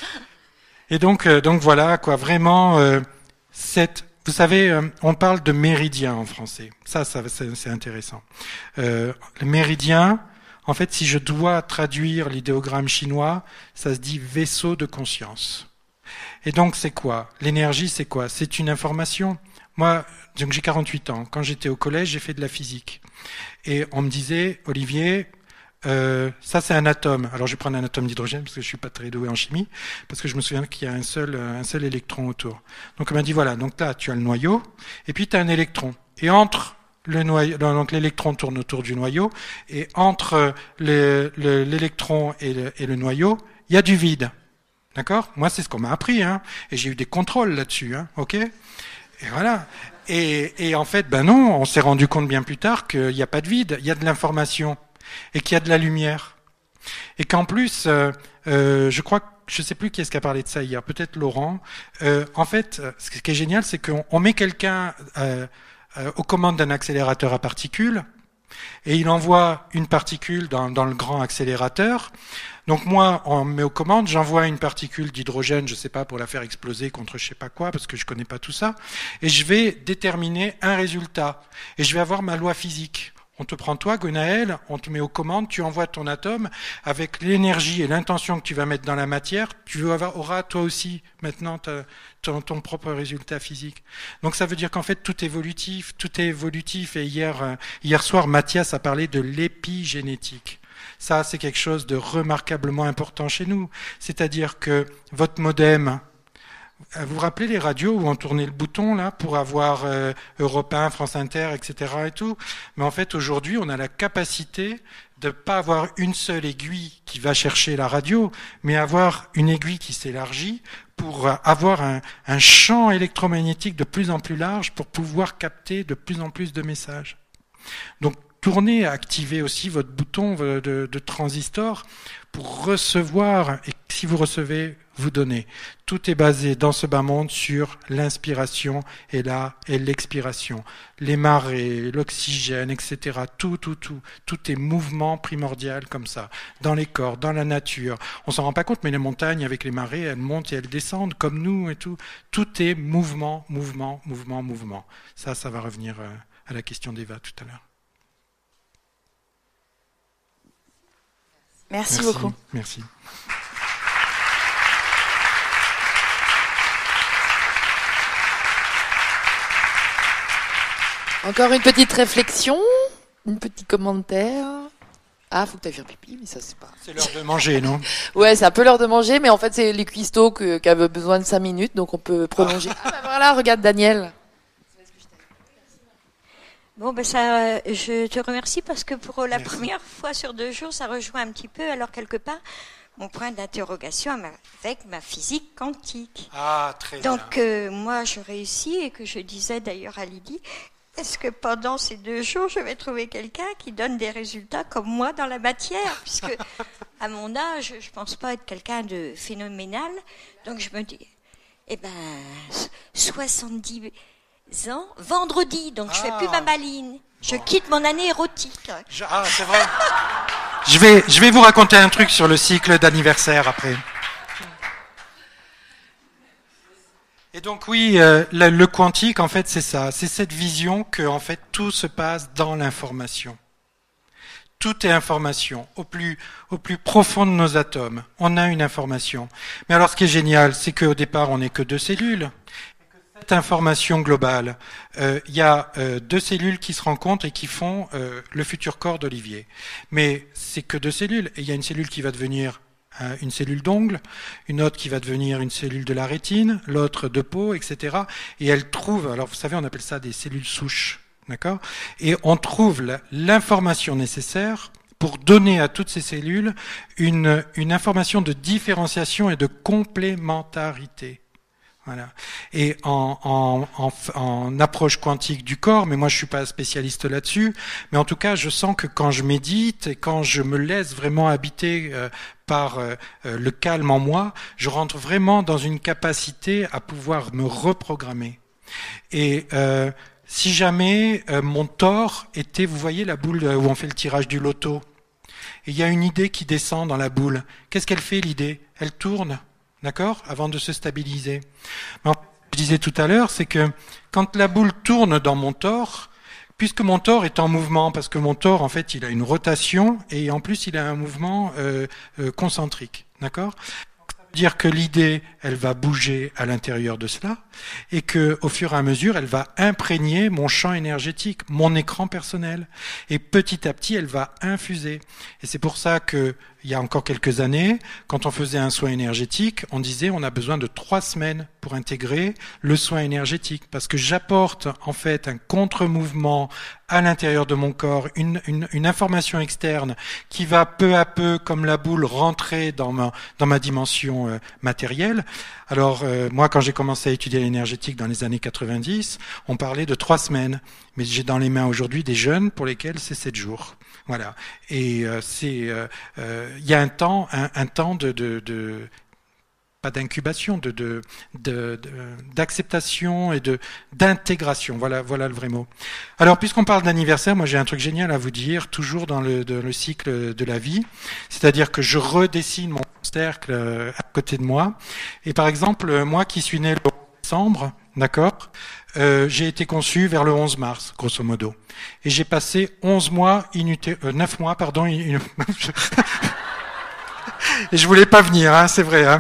Et donc, euh, donc voilà, quoi. Vraiment, euh, cette, vous savez, euh, on parle de méridien en français. Ça, ça, c'est, c'est intéressant. Euh, le méridien, en fait, si je dois traduire l'idéogramme chinois, ça se dit vaisseau de conscience. Et donc, c'est quoi ? L'énergie, c'est quoi ? C'est une information. Moi, donc j'ai quarante-huit ans. Quand j'étais au collège, j'ai fait de la physique. Et on me disait, Olivier, euh, ça c'est un atome. Alors je vais prendre un atome d'hydrogène parce que je suis pas très doué en chimie, parce que je me souviens qu'il y a un seul, un seul électron autour. Donc on m'a dit, voilà, donc là tu as le noyau, et puis tu as un électron. Et entre le noyau, donc l'électron tourne autour du noyau, et entre le, le, l'électron et le, et le noyau, il y a du vide. D'accord? Moi, c'est ce qu'on m'a appris, hein. Et j'ai eu des contrôles là-dessus, hein. Ok? Et voilà. Et, et en fait, ben non, on s'est rendu compte bien plus tard qu'il n'y a pas de vide, il y a de l'information et qu'il y a de la lumière. Et qu'en plus, euh, euh, je crois que je ne sais plus qui est-ce qui a parlé de ça hier, peut-être Laurent. Euh, en fait, ce qui est génial, c'est qu'on on met quelqu'un euh, euh, aux commandes d'un accélérateur à particules et il envoie une particule dans, dans le grand accélérateur. Donc moi, on me met aux commandes, j'envoie une particule d'hydrogène, je sais pas, pour la faire exploser contre je sais pas quoi, parce que je connais pas tout ça, et je vais déterminer un résultat. Et je vais avoir ma loi physique. On te prend toi, Gwenaël, on te met aux commandes, tu envoies ton atome, avec l'énergie et l'intention que tu vas mettre dans la matière, tu auras toi aussi maintenant ta, ton, ton propre résultat physique. Donc ça veut dire qu'en fait tout est évolutif, tout est évolutif, et hier, hier soir, Mathias a parlé de l'épigénétique. Ça, c'est quelque chose de remarquablement important chez nous. C'est-à-dire que votre modem, vous vous rappelez les radios où on tournait le bouton là pour avoir euh, Europe un, France Inter, et cetera et tout. Mais en fait, aujourd'hui, on a la capacité de pas avoir une seule aiguille qui va chercher la radio, mais avoir une aiguille qui s'élargit pour avoir un, un champ électromagnétique de plus en plus large pour pouvoir capter de plus en plus de messages. Donc, tournez, activez aussi votre bouton de, de transistor pour recevoir, et si vous recevez, vous donnez. Tout est basé dans ce bas monde sur l'inspiration et la et l'expiration. Les marées, l'oxygène, et cetera. Tout, tout, tout. Tout est mouvement primordial comme ça. Dans les corps, dans la nature. On s'en rend pas compte, mais les montagnes, avec les marées, elles montent et elles descendent comme nous et tout. Tout est mouvement, mouvement, mouvement, mouvement. Ça, ça va revenir à la question d'Eva tout à l'heure. Merci, Merci beaucoup. Merci. Encore une petite réflexion, un petit commentaire. Ah, faut que tu ailles faire pipi, mais ça c'est pas. C'est l'heure de manger, non? Ouais, c'est un peu l'heure de manger, mais en fait c'est les cuistots que, qui avaient besoin de cinq minutes, donc on peut prolonger. Ah bah voilà, regarde Daniel. Bon, ben ça, je te remercie parce que pour la Merci. première fois sur deux jours, ça rejoint un petit peu, alors quelque part, mon point d'interrogation avec ma physique quantique. Ah, très Donc, bien. euh, moi, je réussis et que je disais d'ailleurs à Lydie, est-ce que pendant ces deux jours, je vais trouver quelqu'un qui donne des résultats comme moi dans la matière? Puisque, à mon âge, je pense pas être quelqu'un de phénoménal. Donc, je me dis, eh ben, soixante-dix ans, vendredi, donc je fais plus ma maline. Je quitte mon année érotique. Je- ah, c'est vrai. Je vais, je vais vous raconter un truc sur le cycle d'anniversaire après. Et donc oui, euh, le, le quantique, en fait, c'est ça. C'est cette vision que, en fait, tout se passe dans l'information. Tout est information. Au plus, au plus profond de nos atomes, on a une information. Mais alors, ce qui est génial, c'est qu'au départ, on n'est que deux cellules. Cette information globale, euh, il y a euh, deux cellules qui se rencontrent et qui font euh, le futur corps d'Olivier. Mais c'est que deux cellules. Et il y a une cellule qui va devenir euh, une cellule d'ongle, une autre qui va devenir une cellule de la rétine, l'autre de peau, et cetera. Et elle trouve, alors vous savez, on appelle ça des cellules souches, d'accord? Et on trouve la, l'information nécessaire pour donner à toutes ces cellules une, une information de différenciation et de complémentarité. Voilà. Et en, en, en, en approche quantique du corps, mais moi je suis pas spécialiste là-dessus, mais en tout cas je sens que quand je médite et quand je me laisse vraiment habiter euh, par euh, le calme en moi, je rentre vraiment dans une capacité à pouvoir me reprogrammer. Et euh, si jamais euh, mon tort était, vous voyez la boule où on fait le tirage du loto, et il y a une idée qui descend dans la boule, qu'est-ce qu'elle fait l'idée? Elle tourne. D'accord? Avant de se stabiliser. Mais je disais tout à l'heure, c'est que quand la boule tourne dans mon tore, puisque mon tore est en mouvement, parce que mon tore, en fait, il a une rotation et en plus, il a un mouvement euh, euh, concentrique. D'accord? Ça veut dire que l'idée, elle va bouger à l'intérieur de cela, et que, au fur et à mesure, elle va imprégner mon champ énergétique, mon écran personnel, et petit à petit, elle va infuser. Et c'est pour ça que, il y a encore quelques années, quand on faisait un soin énergétique, on disait on a besoin de trois semaines pour intégrer le soin énergétique, parce que j'apporte en fait un contre-mouvement à l'intérieur de mon corps, une, une, une information externe qui va peu à peu, comme la boule, rentrer dans ma, dans ma dimension euh, matérielle. Alors euh, moi, quand j'ai commencé à étudier l'énergétique dans les années quatre-vingt-dix, on parlait de trois semaines, mais j'ai dans les mains aujourd'hui des jeunes pour lesquels c'est sept jours. Voilà. Et euh, c'est, il euh, euh, y a un temps, un, un temps de, de, de pas d'incubation, de, de, de, de, d'acceptation et de d'intégration. Voilà, voilà le vrai mot. Alors, puisqu'on parle d'anniversaire, moi j'ai un truc génial à vous dire, toujours dans le, de, le cycle de la vie. C'est-à-dire que je redessine mon cercle à côté de moi. Et par exemple, moi qui suis né le onze décembre, d'accord, euh, j'ai été conçu vers le onze mars, grosso modo. Et j'ai passé onze mois, inuté, euh, neuf mois, pardon. In... Et je voulais pas venir, hein, c'est vrai. Hein.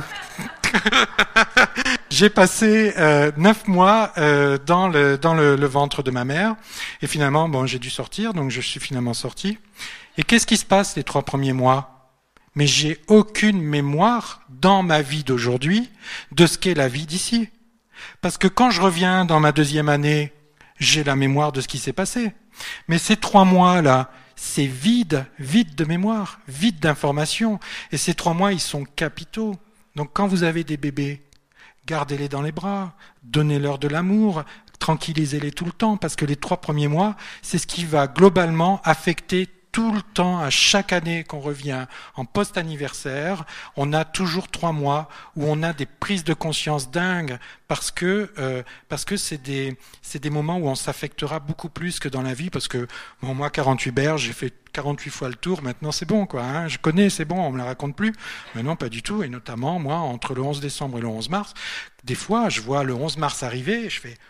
J'ai passé euh, neuf mois euh, dans, le, dans le, le ventre de ma mère. Et finalement, bon, j'ai dû sortir, donc je suis finalement sorti. Et qu'est-ce qui se passe les trois premiers mois ? Mais j'ai aucune mémoire dans ma vie d'aujourd'hui de ce qu'est la vie d'ici. Parce que quand je reviens dans ma deuxième année, j'ai la mémoire de ce qui s'est passé. Mais ces trois mois-là, c'est vide, vide de mémoire, vide d'informations. Et ces trois mois, ils sont capitaux. Donc quand vous avez des bébés, gardez-les dans les bras, donnez-leur de l'amour, tranquillisez-les tout le temps, parce que les trois premiers mois, c'est ce qui va globalement affecter tout le temps, à chaque année qu'on revient en post-anniversaire, on a toujours trois mois où on a des prises de conscience dingues parce que euh, parce que c'est des c'est des moments où on s'affectera beaucoup plus que dans la vie, parce que bon, moi quarante-huit berges, j'ai fait quarante-huit fois le tour, maintenant c'est bon quoi, hein, je connais, c'est bon, on me la raconte plus. Mais non, pas du tout, et notamment moi entre le onze décembre et le onze mars, des fois je vois le onze mars arriver et je fais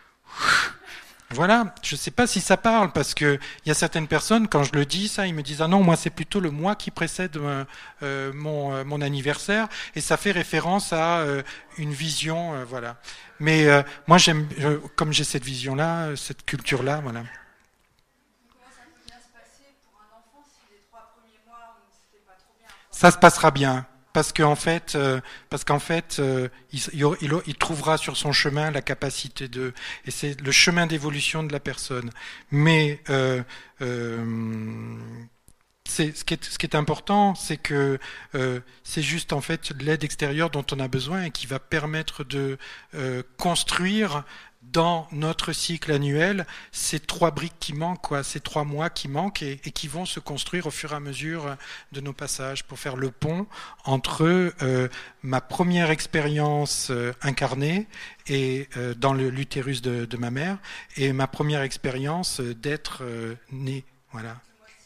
voilà, je ne sais pas si ça parle, parce que il y a certaines personnes, quand je le dis, ça, ils me disent ah non, moi c'est plutôt le mois qui précède euh, euh, mon, euh, mon anniversaire, et ça fait référence à euh, une vision, euh, voilà. Mais euh, moi j'aime, euh, comme j'ai cette vision-là, euh, cette culture-là, voilà. Comment ça peut bien se passer pour un enfant si les trois premiers mois c'était pas trop bien? Ça se passera bien. Parce qu'en fait, euh, parce qu'en fait, euh, il, il, il trouvera sur son chemin la capacité de, et c'est le chemin d'évolution de la personne. Mais euh, euh, c'est, ce, qui est, ce qui est important, c'est que euh, c'est juste en fait l'aide extérieure dont on a besoin et qui va permettre de euh, construire dans notre cycle annuel ces trois briques qui manquent, quoi, ces trois mois qui manquent et, et qui vont se construire au fur et à mesure de nos passages pour faire le pont entre euh, ma première expérience euh, incarnée et euh, dans le, l'utérus de, de ma mère et ma première expérience euh, d'être euh, né. Voilà.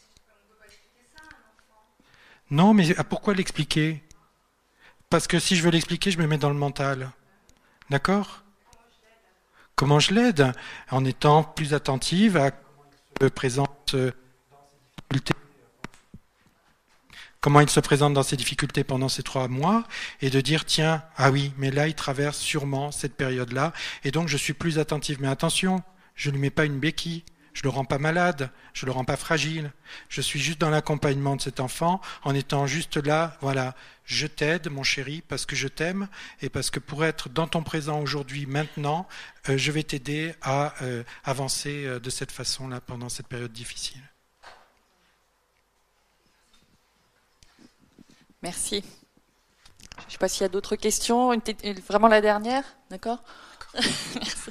Non, mais pourquoi l'expliquer ? Parce que si je veux l'expliquer, je me mets dans le mental. D'accord ? Comment je l'aide ? En étant plus attentive à comment il se présente dans ses difficultés. Comment il se présente dans ses difficultés pendant ces trois mois, et de dire tiens, ah oui, mais là il traverse sûrement cette période-là, et donc je suis plus attentive. Mais attention, je ne lui mets pas une béquille, je ne le rends pas malade, je ne le rends pas fragile. Je suis juste dans l'accompagnement de cet enfant, en étant juste là, voilà. Je t'aide, mon chéri, parce que je t'aime et parce que pour être dans ton présent aujourd'hui, maintenant, euh, je vais t'aider à euh, avancer euh, de cette façon-là pendant cette période difficile. Merci. Je ne sais pas s'il y a d'autres questions. Une t- vraiment la dernière, d'accord ? Merci.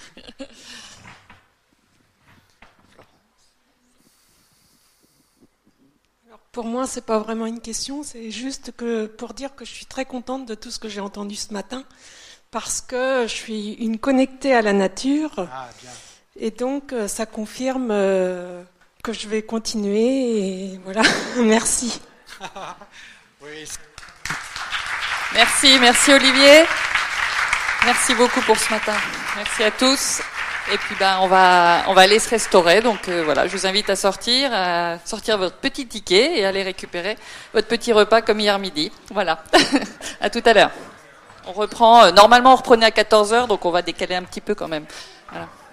Pour moi, c'est pas vraiment une question, c'est juste que pour dire que je suis très contente de tout ce que j'ai entendu ce matin, parce que je suis une connectée à la nature, Ah, bien. et donc ça confirme euh, que je vais continuer, et voilà, merci. Oui. Merci, merci Olivier. Merci beaucoup pour ce matin. Merci à tous. Et puis ben on va on va aller se restaurer. Donc euh, voilà, je vous invite à sortir, à sortir votre petit ticket et aller récupérer votre petit repas comme hier midi. Voilà. À tout à l'heure. On reprend, euh, normalement on reprenait à quatorze heures, donc on va décaler un petit peu quand même. Voilà.